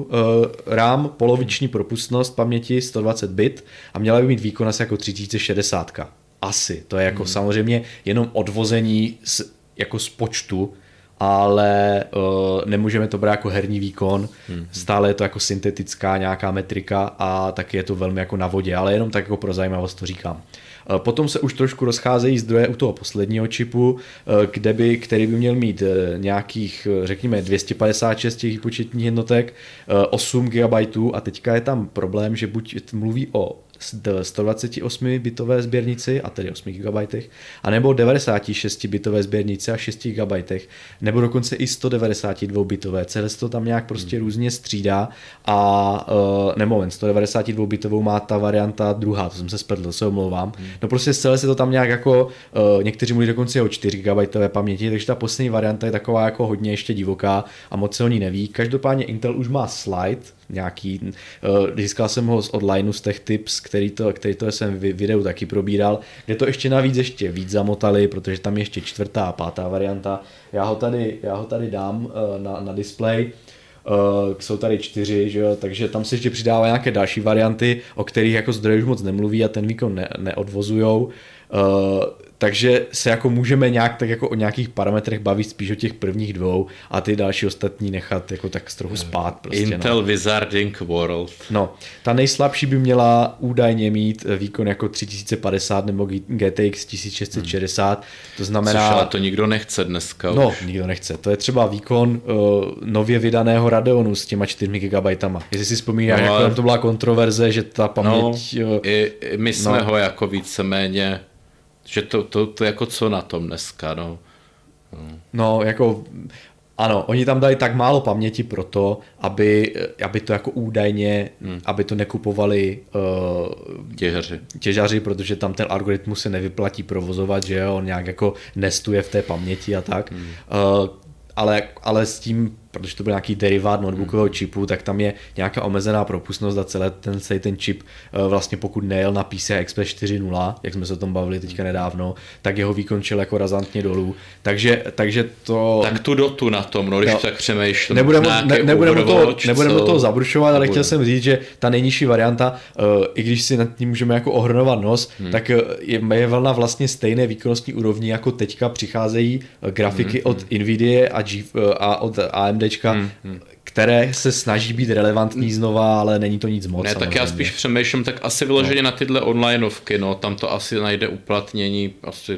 RAM, poloviční propustnost paměti 120 bit a měla by mít výkon asi jako 3060. Asi, to je jako samozřejmě jenom odvození jako z počtu, ale nemůžeme to brát jako herní výkon, stále je to jako syntetická nějaká metrika a taky je to velmi jako na vodě, ale jenom tak jako pro zajímavost to říkám. Potom se už trošku rozcházejí zdroje u toho posledního čipu, který by měl mít nějakých, řekněme, 256 těch výpočetních jednotek, 8 GB a teďka je tam problém, že buď mluví o 128-bitové sběrnici, a tedy 8 GB, anebo 96-bitové sběrnici a 6 GB, nebo dokonce i 192-bitové. Celé se to tam nějak prostě různě střídá a 192-bitovou má ta varianta druhá, to jsem se spletl, to se omlouvám. No prostě celé se to tam nějak jako, někteří mluví dokonce o 4 GB paměti, takže ta poslední varianta je taková jako hodně ještě divoká a moc se o ní neví. Každopádně Intel už má slide, nějaký, získal jsem ho z online z Tech Tips, který to jsem v videu taky probíral, kde to ještě navíc ještě víc zamotali, protože tam je ještě 4. a 5. varianta. Já ho tady dám na display. Jsou tady 4, že jo? Takže tam se ještě přidává nějaké další varianty, o kterých jako zdroje už moc nemluví a ten výkon neodvozujou. Takže se jako můžeme nějak tak jako o nějakých parametrech bavit spíš o těch prvních dvou a ty další ostatní nechat jako tak trochu spát. Prostě, Intel Wizarding World. No, ta nejslabší by měla údajně mít výkon jako 3050 nebo GTX 1660, to znamená... Což ale to nikdo nechce dneska. No, nikdo nechce. To je třeba výkon nově vydaného Radeonu s těma 4 GB. Jestli si vzpomínáš, jak to byla kontroverze, že ta paměť... No, i my jsme ho jako víceméně... Že to jako co na tom dneska, no. No, jako ano, oni tam dali tak málo paměti pro to, aby to jako údajně, aby to nekupovali těžaři, protože tam ten algoritmus se nevyplatí provozovat, že jo, on nějak jako nestuje v té paměti a tak. Ale s tím, protože to byl nějaký derivát notebookového čipu, tak tam je nějaká omezená propustnost a celý ten čip vlastně pokud nejel na PCI Express 4.0, jak jsme se o tom bavili teďka nedávno, tak jeho výkon šel jako razantně dolů. Takže to... Tak tu dotu na tom, no, když tak přemýšlím. Nebudeme do toho zabrušovat, ale chtěl jsem říct, že ta nejnižší varianta, i když si nad tím můžeme jako ohrnovat nos, tak je velna vlastně stejné výkonnostní úrovni, jako teďka přicházejí grafiky od Nvidia a od AMDčka, které se snaží být relevantní znova, ale není to nic moc. Ne, tak já spíš přemýšlím, tak asi vyloženě na tyhle onlineovky, no, tam to asi najde uplatnění,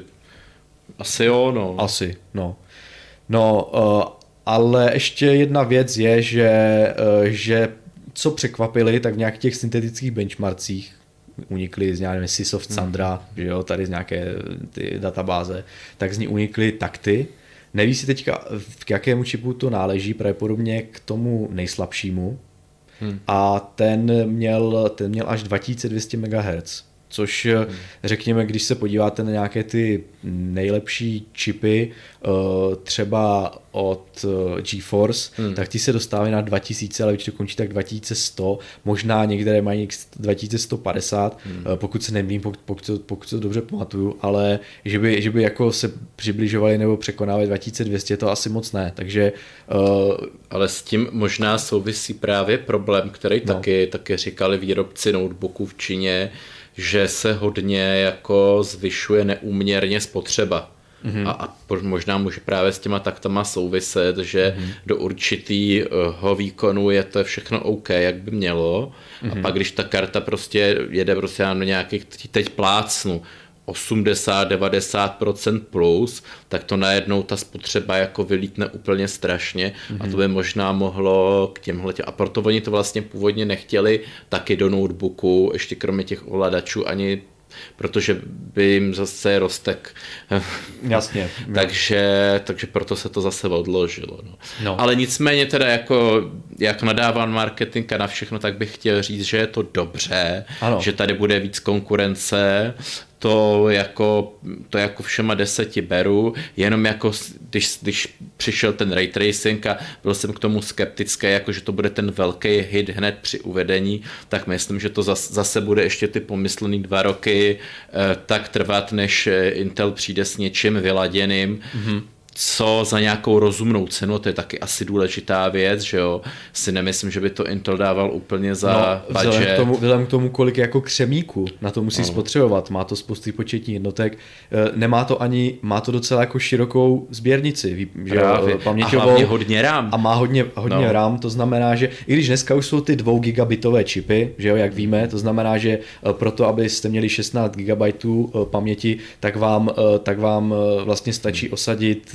asi jo, no. Asi, no. No, ale ještě jedna věc je, že co překvapili, tak v nějakých těch syntetických benchmarkcích unikly z nějaké Sysoft Sandra, že jo, tady z nějaké ty databáze, tak z ní unikly takty. Neví si teďka, k jakému čipu to náleží, pravděpodobně k tomu nejslabšímu. A ten měl až 2200 MHz. což řekněme, když se podíváte na nějaké ty nejlepší čipy, třeba od GeForce, tak ty se dostávají na 2000, ale většinou končí tak 2100, možná některé mají 2150, pokud se nemýlím, pokud to dobře pamatuju, ale že by jako se přibližovali nebo překonávali 2200, to asi moc ne, takže... Ale s tím možná souvisí právě problém, který taky říkali výrobci notebooků v Číně, že se hodně jako zvyšuje neúměrně spotřeba. A možná může právě s těma taktama souviset, že do určitého výkonu je to všechno OK, jak by mělo. A pak když ta karta prostě jede prostě na nějakých, teď plácnu, 80-90% plus, tak to najednou ta spotřeba jako vylítne úplně strašně a to by možná mohlo k těmhle. A proto oni to vlastně původně nechtěli taky do notebooku, ještě kromě těch ovladačů ani, protože by jim zase roztek. Jasně. takže proto se to zase odložilo. No. Ale nicméně teda jako, jak nadává marketing a na všechno, tak bych chtěl říct, že je to dobře, že tady bude víc konkurence, to jako všema 10 beru, jenom jako když přišel ten ray tracing a byl jsem k tomu skeptický, jako že to bude ten velký hit hned při uvedení, tak myslím, že to zase bude ještě ty pomyslený 2 roky tak trvat, než Intel přijde s něčím vyladěným, co za nějakou rozumnou cenu, to je taky asi důležitá věc, že jo, si nemyslím, že by to Intel dával úplně za budget. Vzhledem k tomu, kolik jako křemíku na to musí spotřebovat, má to spousty početních jednotek, má to docela jako širokou sběrnici, že jo, paměťovou. A hlavně hodně RAM. A má hodně RAM, to znamená, že i když dneska už jsou ty 2 gigabitové čipy, že jo, jak víme, to znamená, že proto, abyste měli 16 gigabajtů paměti, tak vám vlastně stačí osadit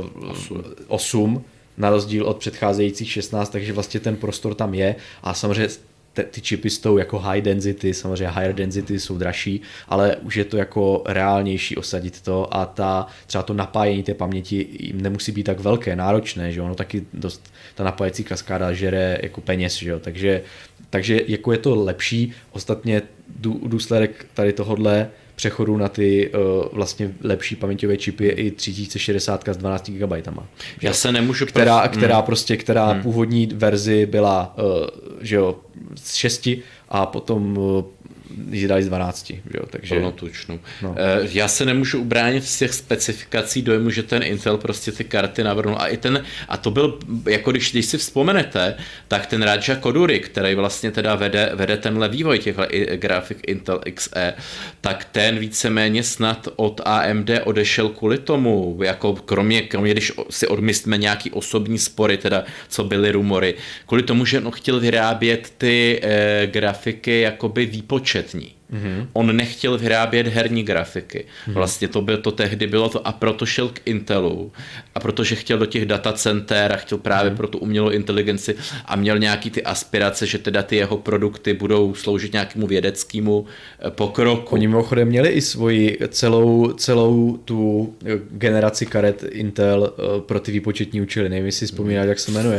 8 na rozdíl od předcházejících 16, takže vlastně ten prostor tam je a samozřejmě ty čipy s tou jako high density, samozřejmě higher density jsou dražší, ale už je to jako reálnější osadit to a třeba to napájení té paměti jim nemusí být tak velké, náročné, že ono taky dost ta napájecí kaskáda žere jako peněz, že jo, takže jako je to lepší, ostatně důsledek tady tohodle přechodu na ty vlastně lepší paměťové čipy je i 3060 s 12 GB. Já se nemůžu... Která původní verzi byla že jo, z 6 a potom ji dali z 12. Jo, takže... Plnotučnou. No. Já se nemůžu ubránit z těch specifikací dojmu, že ten Intel prostě ty karty navrhnul a to byl, jako když si vzpomenete, tak ten Raja Koduri, který vlastně teda vede tenhle vývoj těchto grafik Intel Xe, tak ten víceméně snad od AMD odešel kvůli tomu, jako kromě když si odmyslíme nějaký osobní spory, teda co byly rumory, kvůli tomu, že on chtěl vyrábět ty grafiky jakoby výpočetní. On nechtěl vyrábět herní grafiky. Vlastně to tehdy bylo to a proto šel k Intelu a protože chtěl do těch datacenter a chtěl právě pro tu umělou inteligenci a měl nějaký ty aspirace, že teda ty jeho produkty budou sloužit nějakému vědeckému pokroku. Oni mimochodem měli i svoji celou tu generaci karet Intel pro ty výpočetní účely. Nevím, jestli vzpomínáš, jak se jmenuje.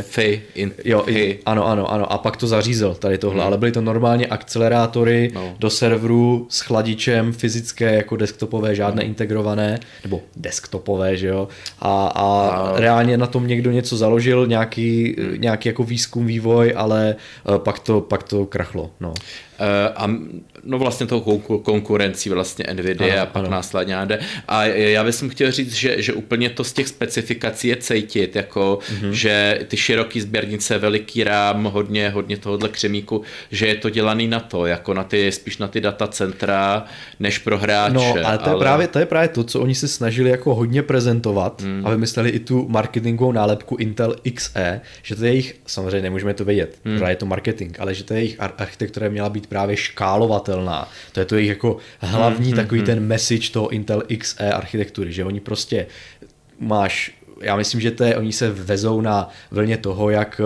Ano. A pak to zařízel tady tohle, ale byly to normálně akcelerátory do serveru s chladičem, fyzické jako desktopové, žádné integrované, nebo desktopové, že jo. A reálně na tom někdo něco založil, nějaký jako výzkum, vývoj, ale pak to krachlo. No. No vlastně tou konkurencí vlastně Nvidia a pak následně AMD. A já bych chtěl říct, že úplně to z těch specifikací je cítit, jako že ty široký sběrnice, veliký RAM, hodně tohohle křemíku, že je to dělaný na to, jako spíš na ty datacentra, než pro hráče. No, ale to je právě to, co oni se snažili jako hodně prezentovat a vymysleli i tu marketingovou nálepku Intel Xe, že to je jejich, samozřejmě nemůžeme to vědět, právě je to marketing, ale že to je jejich architektura měla být právě škálovatelná. To je to jejich jako hlavní takový ten message toho Intel Xe architektury, že oni prostě já myslím, že oni se vezou na vlně toho, jak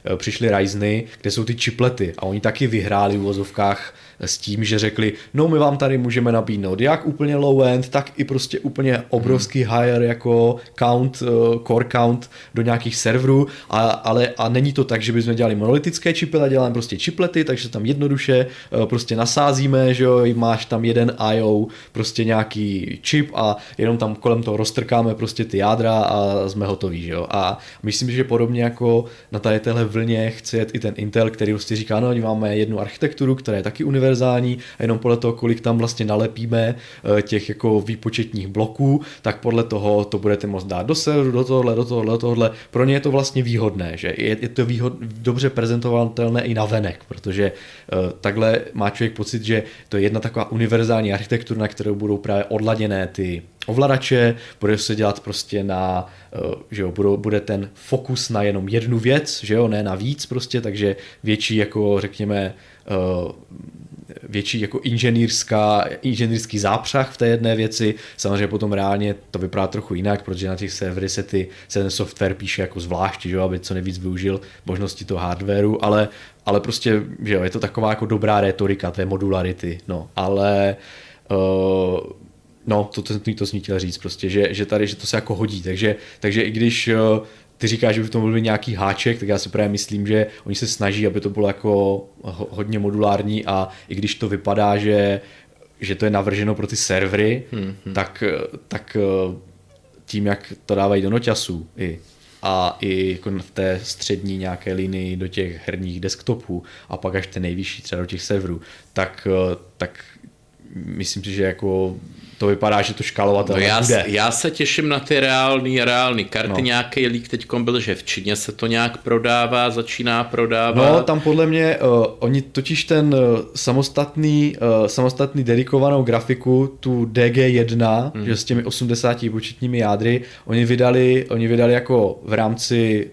přišly Ryzeny, kde jsou ty chiplety a oni taky vyhráli v uvozovkách s tím, že řekli, no my vám tady můžeme nabídnout jak úplně low end, tak i prostě úplně obrovský higher jako count, core count do nějakých serverů, a není to tak, že bychom dělali monolitické chipy, ale děláme prostě chiplety, takže tam jednoduše prostě nasázíme, že jo, máš tam jeden IO, prostě nějaký chip a jenom tam kolem toho roztrkáme prostě ty jádra a jsme hotoví, že jo. A myslím, že podobně jako na téhle vlně chce jet i ten Intel, který prostě říká, no, máme jednu architekturu, která je taky univerzální a jenom podle toho, kolik tam vlastně nalepíme těch jako výpočetních bloků, tak podle toho to budete moct dát do serveru, do tohohle. Pro ně je to vlastně výhodné, že je to dobře prezentovatelné i na venek, protože takhle má člověk pocit, že to je jedna taková univerzální architektura, na kterou budou právě odladěné ty ovladače, bude se dělat prostě na, že jo, bude ten fokus na jenom jednu věc, že jo, ne na víc prostě, takže větší jako řekněme větší jako inženýrský zápřah v té jedné věci. Samozřejmě potom reálně to vypadá trochu jinak, protože na těch servery se ten software píše jako zvlášť, že jo, aby co nejvíc využil možnosti toho hardwareu, ale prostě, že jo, je to taková jako dobrá retorika té modularity, no, ale no, to jsem chtěl říct prostě, že tady, že to se jako hodí, takže i když ty říkáš, že by v tom byl nějaký háček, tak já si právě myslím, že oni se snaží, aby to bylo jako hodně modulární, a i když to vypadá, že to je navrženo pro ty servery, tak tím, jak to dávají do noťasů a i jako v té střední nějaké linii do těch herních desktopů a pak až ten nejvyšší třeba do těch serverů, tak myslím si, že jako to vypadá, že to škálovatelné bude. Já se těším na ty reální karty. No. Nějaký leak teďkom byl, že v Číně se to nějak začíná prodávat. No, tam podle mě, oni totiž ten samostatný dedikovanou grafiku, tu DG1, že s těmi 80 početními jádry, oni vydali jako v rámci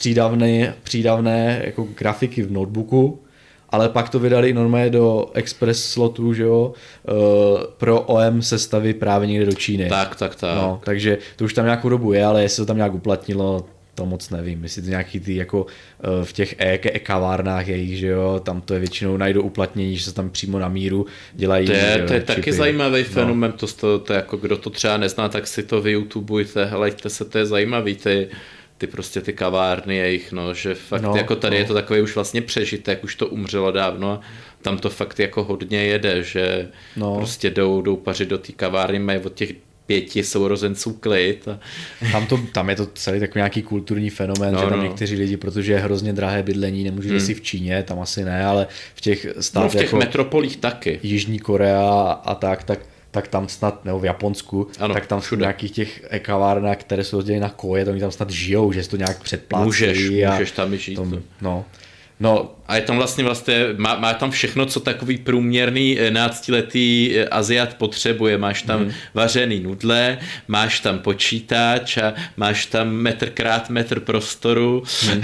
přídavné jako grafiky v notebooku, ale pak to vydali normálně do Express slotu, že jo, pro OM sestavy právě někde do Číny. Tak. No, takže to už tam nějakou dobu je, ale jestli to tam nějak uplatnilo, to moc nevím. Jestli to nějaký ty jako v těch e-kavárnách jejich, že jo, tam to je většinou najdou uplatnění, že se tam přímo na míru dělají. To je taky zajímavý fenomén, to jako kdo to třeba nezná, tak si to vyyoutubujte, helejte se, to je zajímavý, ty prostě ty kavárny jejich, no, že fakt jako tady je to takový už vlastně přežitek, už to umřelo dávno a tam to fakt jako hodně jede, že prostě jdou pařit do té kavárny, mají od těch 5 sourozenců klid. Tam je to celý takový nějaký kulturní fenomén, že tam někteří lidi, protože je hrozně drahé bydlení, nemůžete si v Číně, tam asi ne, ale v těch státech v těch jako metropolích taky. Jižní Korea a tak tam snad, nebo v Japonsku, ano, tak tam jsou nějakých těch e-kavárnách, které jsou rozděleny na koje, to oni tam snad žijou, že se to nějak předplácí. Můžeš tam žít. No. A je tam vlastně má tam všechno, co takový průměrný 11letý Aziat potřebuje. Máš tam vařený nudle, máš tam počítač a máš tam metr krát metr prostoru.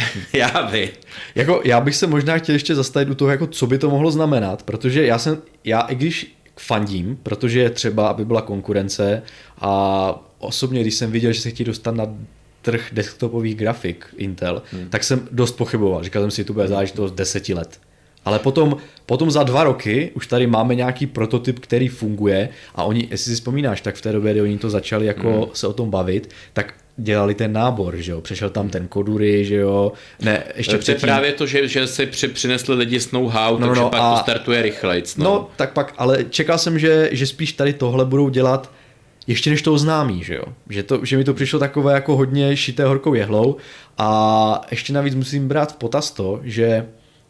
Já bych se možná chtěl ještě zastavit u toho, jako co by to mohlo znamenat, protože já i když fandím, protože je třeba, aby byla konkurence, a osobně, když jsem viděl, že se chtějí dostat na trh desktopových grafik Intel, tak jsem dost pochyboval. Říkal jsem si, to bude záležitost 10 let. Ale potom za 2 roky už tady máme nějaký prototyp, který funguje, a oni, jestli si vzpomínáš, tak v té době, kdy oni to začali jako se o tom bavit, tak dělali ten nábor, že jo, přešel tam ten Kodury, že jo, ne, ještě předtím. Právě to, že si přinesli lidi s know-how, takže pak to startuje rychlejc. No, tak pak, ale čekal jsem, že spíš tady tohle budou dělat ještě než to oznámí, že jo, že mi to přišlo takové jako hodně šité horkou jehlou, a ještě navíc musím brát v potaz to, že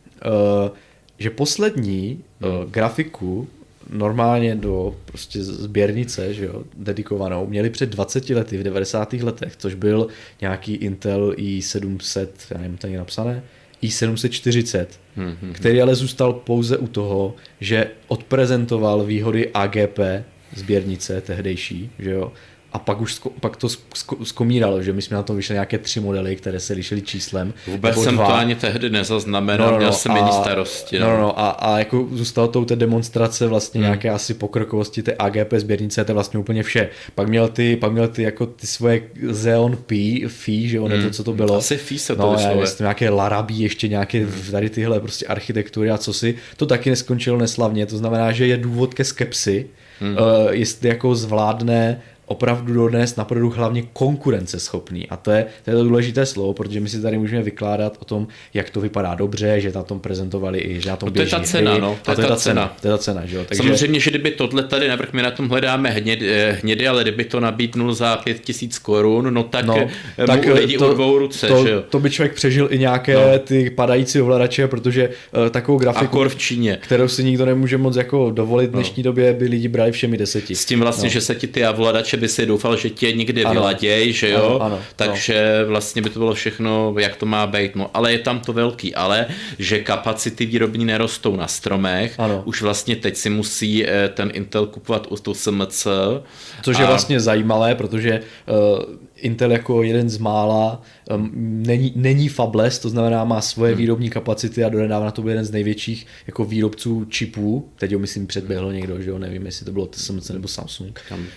poslední grafiku normálně do prostě sběrnice, že jo, dedikovanou, měli před 20 lety, v 90. letech, což byl nějaký Intel i700, já nevím, to je napsané, i740, který ale zůstal pouze u toho, že odprezentoval výhody AGP sběrnice tehdejší, že jo, a pak to skomíralo, že my jsme na tom vyšli nějaké 3 modely, které se lišily číslem. Vůbec jsem 2. To ani tehdy nezaznamenal, měl jsem jiný starosti. A jako zůstalo to u té demonstrace vlastně nějaké asi pokrokovosti té AGP sběrnice, to je vlastně úplně vše. Pak měl ty jako ty svoje Xeon Phi, že ono to, co to bylo. Asi Phi se to vyslovuje. Nějaké Larabí, ještě nějaké tady tyhle prostě architektury a cosi. To taky neskončilo neslavně, to znamená, že je důvod ke skepsi, jestli jako zvládne opravdu dodnes na produkt hlavně konkurenceschopný. A to je to důležité slovo, protože my si tady můžeme vykládat o tom, jak to vypadá dobře, že na tom prezentovali i, že na tom běží. To je ta cena, hry. To je ta cena. To je ta cena, že jo. Takže... Samozřejmě, že kdyby tohle tady, navrch my na tom hledáme hnědy, ale kdyby to nabídnul za 5000 korun, no tak lidi urvou ruce, že jo. To by člověk přežil i nějaké ty padající ovladače, protože takovou grafiku, v Číně, kterou si nikdo nemůže moc jako dovolit v dnešní době, by lidi brali všemi 10. S tím vlastně, že se ti ty ovladače by si doufal, že tě někdy vyladěj, že jo, takže vlastně by to bylo všechno, jak to má být, no, ale je tam to velký, ale že kapacity výrobní nerostou na stromech, už vlastně teď si musí ten Intel kupovat u toho SMC. Což je vlastně zajímavé, protože Intel jako jeden z mála není fabless, to znamená má svoje výrobní kapacity a donedávna to byl jeden z největších jako výrobců čipů. Teď ho myslím předběhl někdo, že jo, nevím, jestli to bylo TSMC nebo Samsung.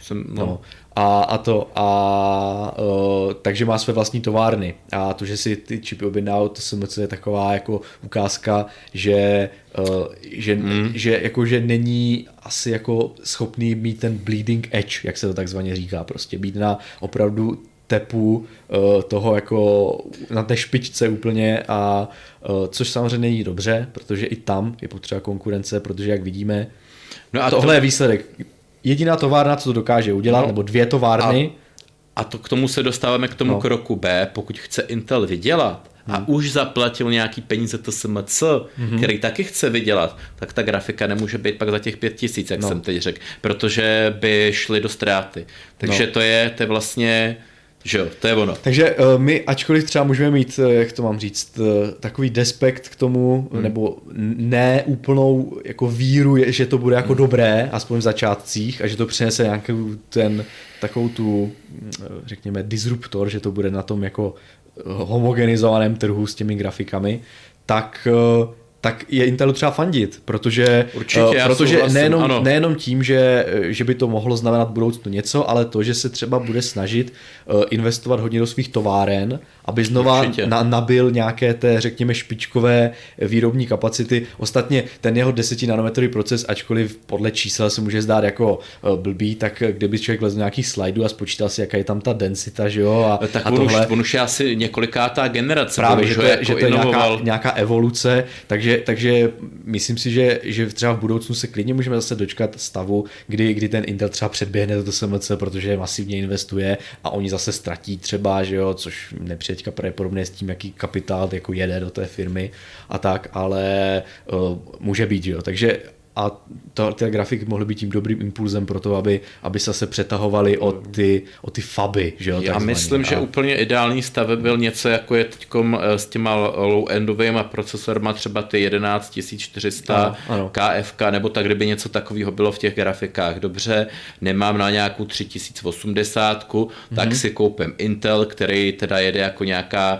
Takže má své vlastní továrny a to, že si ty čipy objednal, TSMC je taková jako ukázka, že není asi jako schopný mít ten bleeding edge, jak se to takzvaně říká, prostě být na opravdu tepu toho jako na té špičce úplně a což samozřejmě není dobře, protože i tam je potřeba konkurence, protože jak vidíme, tohle je výsledek. Jediná továrna, co to dokáže udělat, nebo 2 továrny. A to k tomu se dostáváme k tomu kroku B, pokud chce Intel vydělat a už zaplatil nějaký peníze TSMC, který taky chce vydělat, tak ta grafika nemůže být pak za těch 5000, jak jsem teď řekl, protože by šly do ztráty. Takže to je vlastně... Že jo, to je ono. Takže my, ačkoliv třeba můžeme mít, jak to mám říct, takový despekt k tomu, nebo ne úplnou jako víru, že to bude jako dobré, aspoň v začátcích, a že to přinese nějakou takovou tu, řekněme, disruptor, že to bude na tom jako homogenizovaném trhu s těmi grafikami, tak je Intelu třeba fandit, protože nejenom tím, že by to mohlo znamenat v budoucnu něco, ale to, že se třeba bude snažit investovat hodně do svých továren, aby znova nabil nějaké té, řekněme, špičkové výrobní kapacity. Ostatně ten jeho 10 nanometrový proces, ačkoliv podle čísel se může zdát jako blbý, tak kdyby člověk lezl nějakých slajdů a spočítal si, jaká je tam ta densita, že jo, tak on už je asi několikátá generace. Právě, že to je nějaká evoluce, takže myslím si, že třeba v budoucnu se klidně můžeme zase dočkat stavu, kdy ten Intel třeba předběhne to SMC, protože masivně investuje a oni zase ztratí třeba, že jo, což nepřijde teďka pravděpodobně s tím, jaký kapitál jako jede do té firmy a tak, ale může být, že jo, takže a ty grafiky mohly být tím dobrým impulzem pro to, aby se přetahovali o ty faby. Že jo, já myslím, že úplně ideální stav byl něco, jako je teďkom s těma low-endovými procesorama, třeba ty 11400 KFK, nebo tak, kdyby něco takového bylo v těch grafikách. Dobře, nemám na nějakou 3080, tak si koupím Intel, který teda jede jako nějaká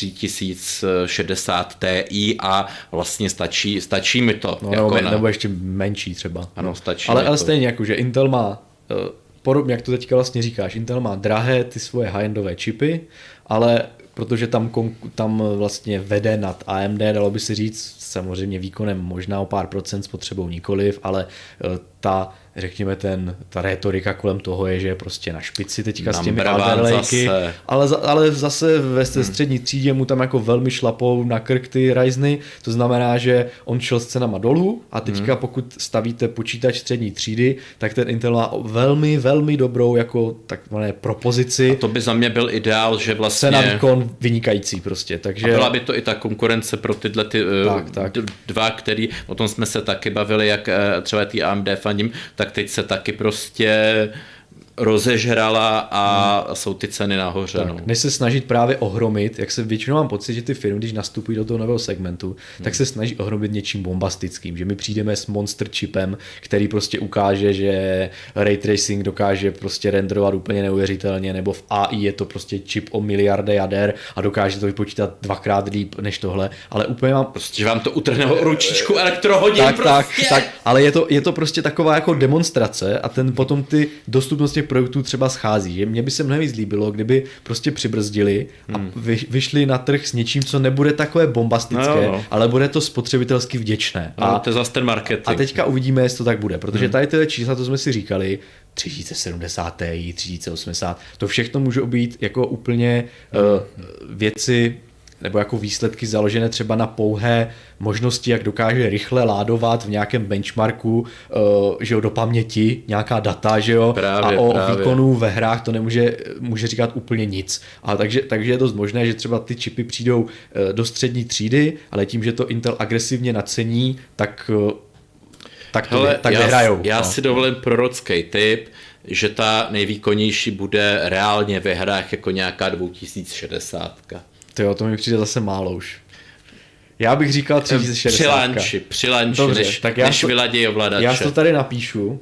3060 Ti a vlastně stačí mi to. Nebo ještě menší třeba. Ano, stačí. Ale stejně jako, že Intel má, podobně jak to teďka vlastně říkáš, Intel má drahé ty svoje high-endové čipy, ale protože tam vlastně vede nad AMD, dalo by se říct, samozřejmě výkonem možná o pár procent, spotřebou nikoliv, ale řekněme, ta rétorika kolem toho je, že je prostě na špici teďka s těmi Alderlejky, ale zase ve střední třídě mu tam jako velmi šlapou na krk ty Ryzeny, to znamená, že on šel s cenama dolů a teďka pokud stavíte počítač střední třídy, tak ten Intel má velmi, velmi dobrou jako takzvané propozici. A to by za mě byl ideál, že vlastně... Cena výkon vynikající prostě, takže... A byla by to i ta konkurence pro tyhle dva, který, o tom jsme se taky bavili, jak třeba ty AMD fandím, tak teď se taky prostě rozežrala a jsou ty ceny nahoře. Tak, no. Než se snažit právě ohromit, jak se většinou mám pocit, že ty firmy, když nastupují do toho nového segmentu, tak se snaží ohromit něčím bombastickým, že my přijdeme s monster chipem, který prostě ukáže, že ray tracing dokáže prostě renderovat úplně neuvěřitelně, nebo v AI je to prostě čip o miliardě jader a dokáže to vypočítat dvakrát líp než tohle, ale úplně mám... Prostě, že vám to utrhne ručičku elektrohodin tak, ale je to prostě taková jako demonstrace a ten potom ty dostupnost těch produktů třeba schází. Že? Mně by se mnohem víc líbilo, kdyby prostě přibrzdili a vyšli na trh s něčím, co nebude takové bombastické, ale bude to spotřebitelsky vděčné. A to je zase ten marketing. A teďka uvidíme, jestli to tak bude, protože tady tyhle čísla, to jsme si říkali, 3070 Ti, 3080, to všechno můžou být jako úplně věci nebo jako výsledky založené třeba na pouhé možnosti, jak dokáže rychle ládovat v nějakém benchmarku, že jo, do paměti nějaká data, že jo, právě. Výkonu ve hrách to může říkat úplně nic. A takže je dost možné, že třeba ty čipy přijdou do střední třídy, ale tím, že to Intel agresivně nacení, tak vyhrajou. Já si dovolím prorocký tip, že ta nejvýkonnější bude reálně ve hrách jako nějaká 2060. To mi přijde zase málo už. Já bych říkal 3060. Při lanči, než vyladějí ovladače. Já to tady napíšu.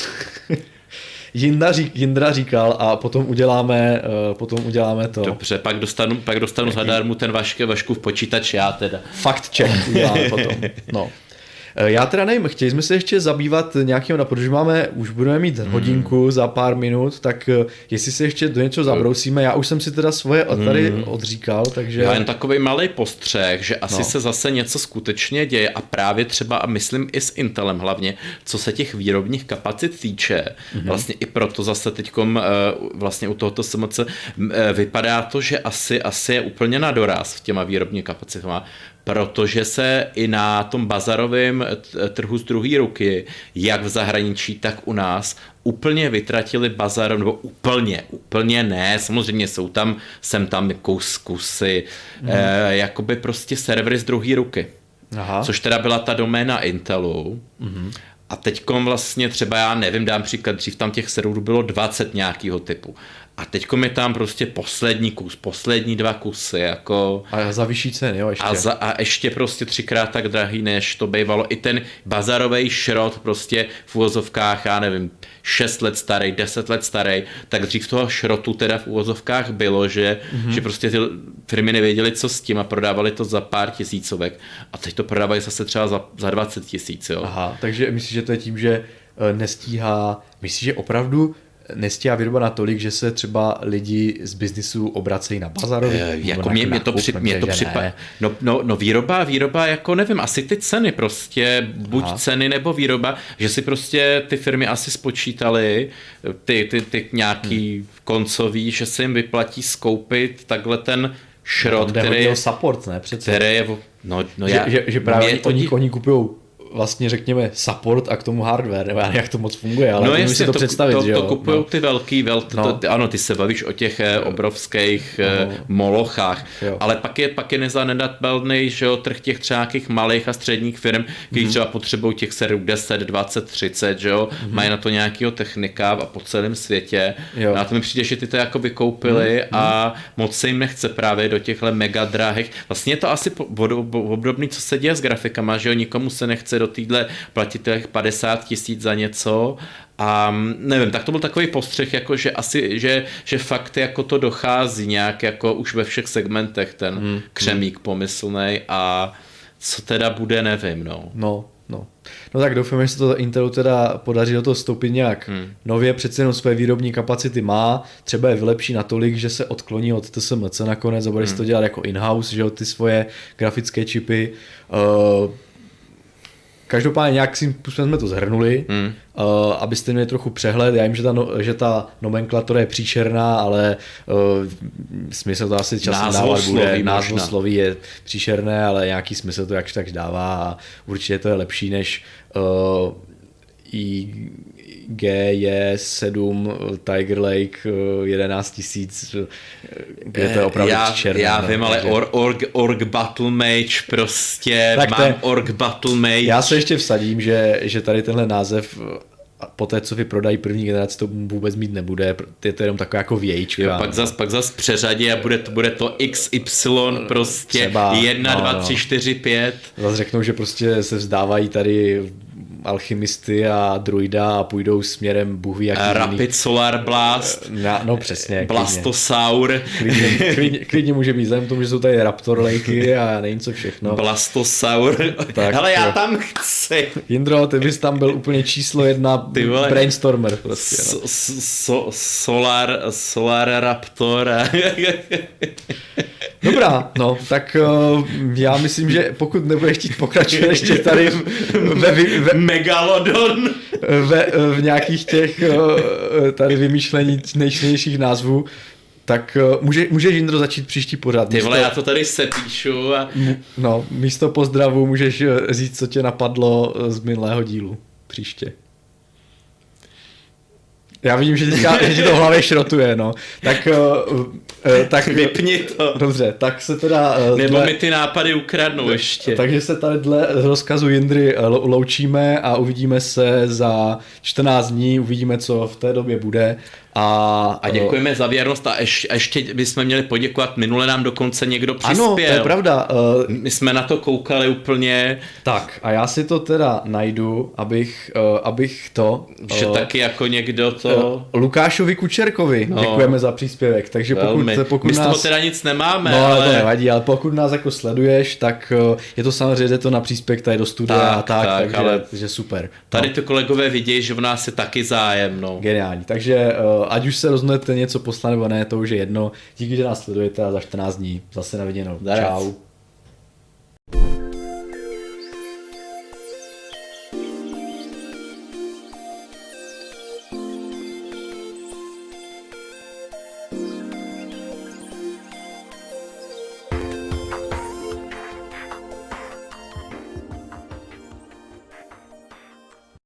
Jindra říkal a potom uděláme to. Dobře, pak dostanu zadarmo ten Vaškův počítač, já teda. Fact check uděláme potom. No. Já teda nevím, chtěli jsme se ještě zabývat nějakým, protože už budeme mít hodinku za pár minut, tak jestli se ještě do něco zabrousíme, já už jsem si teda svoje tady odříkal, takže... Já jen takovej malej postřeh, že asi se zase něco skutečně děje a právě třeba, a myslím i s Intelem hlavně, co se těch výrobních kapacit týče, vlastně i proto zase teďkom vlastně u tohoto SMC vypadá to, že asi je úplně na doraz v těma výrobní kapacitama, protože se i na tom bazarovém trhu z druhé ruky, jak v zahraničí, tak u nás, úplně vytratili bazar, nebo úplně ne, samozřejmě sem tam kusy, jakoby prostě servery z druhé ruky. Aha. Což teda byla ta doména Intelu. A teďkom vlastně třeba, já nevím, dám příklad, dřív tam těch serverů bylo 20 nějakého typu. A teďkom je tam prostě poslední 2 kusy, jako... A za vyšší ceny, jo, ještě. A ještě prostě 3x tak drahý, než to bývalo. I ten bazarový šrot prostě v uvozovkách, já nevím, 6 let starý, 10 let starý, tak dřív toho šrotu teda v uvozovkách bylo, že prostě ty firmy nevěděly, co s tím a prodávali to za pár tisícovek. A teď to prodávají zase třeba za 20 000, jo. Aha, takže myslíš, že to je tím, že myslíš, že opravdu nestíhá výroba natolik, že se třeba lidi z biznisu obracejí na bazarový? Jako mě to připadá. No výroba, jako nevím, asi ty ceny prostě, buď ceny nebo výroba, že si prostě ty firmy asi spočítaly, ty nějaký koncový, že se jim vyplatí skoupit takhle ten šrot, který je... support, ne? Přece. Který je... Že právě oni kupujou vlastně řekněme support a k tomu hardware, nebo jak to moc funguje, ale můžu si to představit, že jo. To kupují ty velký, ano, ty se bavíš o těch obrovských molochách, ale pak je nezanedbatelný, že jo, trh těch třeba nějakých malých a středních firm, kteří třeba potřebují těch serverů 10, 20, 30, že jo, mají na to nějakého technika a po celém světě. No a to mi přijde, že ty to jako vykoupili a moc se jim nechce právě do těchhle mega drahých. Vlastně je to asi obdobný, co se děje s grafikama, že jo, nikomu se nechce do týhle platit těch 50 000 za něco a nevím, tak to byl takový postřeh, jako že asi, že fakt jako to dochází nějak jako už ve všech segmentech ten křemík pomyslnej a co teda bude, nevím, No tak doufám, že se to Intelu teda podaří do toho vstoupit nějak nově, přece jenom své výrobní kapacity má, třeba je vylepší natolik, že se odkloní od TSMC nakonec a bude si to dělat jako in-house, že jo, ty svoje grafické čipy. Každopádně nějak jsme to zhrnuli, abyste měli trochu přehled. Já vím, že ta nomenklatura je příšerná, ale smysl to asi časem dávat bude. Názvosloví je příšerné, ale nějaký smysl to jakž tak dává a určitě to je lepší než IG7 Tiger Lake 11 000, kde to je opravdu příšerné. Já vím, ale Org Battle Mage prostě, tak mám Org Battle Mage. Já se ještě vsadím, že tady tenhle název po té, co vyprodají první generaci, to vůbec mít nebude, je to jenom takové jako vějíčka. Jo, pak zas přeřadí a bude to XY prostě třeba, 1, 2, 3, 4, 5. Zase řeknou, že prostě se vzdávají tady alchymisty a druida a půjdou směrem Bůh ví jaký Rapid jiný. Solar Blast. No přesně. Blastosaur. Klidně může být, vzhledem k tomu, že jsou tady Raptor Lakey a nevím co všechno. Blastosaur. Tak, hele, já tam chci. Jindro, ty bys tam byl úplně číslo 1 brainstormer prostě. No. Solar Raptor. Dobrá, no, tak já myslím, že pokud nebudeš chtít pokračovat ještě tady Megalodon v nějakých těch tady vymýšlení nejštějších názvů, tak můžeš Jindro začít příští pořad. Ty vole, já to tady sepíšu a... No, místo pozdravu můžeš říct, co tě napadlo z minulého dílu příště. Já vidím, že ti to v hlavě šrotuje, no. Tak vypni to. Dobře, tak se teda... Nebo mi ty nápady ukradnou ještě. Takže se tady dle rozkazu Jindry loučíme a uvidíme se za 14 dní, uvidíme, co v té době bude. A děkujeme za věrnost a ještě bychom měli poděkovat, minule nám dokonce někdo přispěl. Ano, to je pravda. My jsme na to koukali úplně. Tak a já si to teda najdu, abych to... Že taky jako někdo to... Lukášovi Kučerkovi děkujeme za příspěvek, takže pokud my z toho nás... teda nic nemáme, no, ale... to nevadí, ale pokud nás jako sleduješ, tak je to samozřejmě, jde to na příspěvek tady do studia a takže ale super. Tady to kolegové vidějí, že v nás je taky zájem, no. Geniální, takže ať už se rozhodnete něco poslat nebo ne, to už je jedno. Díky, že nás sledujete a za 14 dní zase na viděnou. Čau.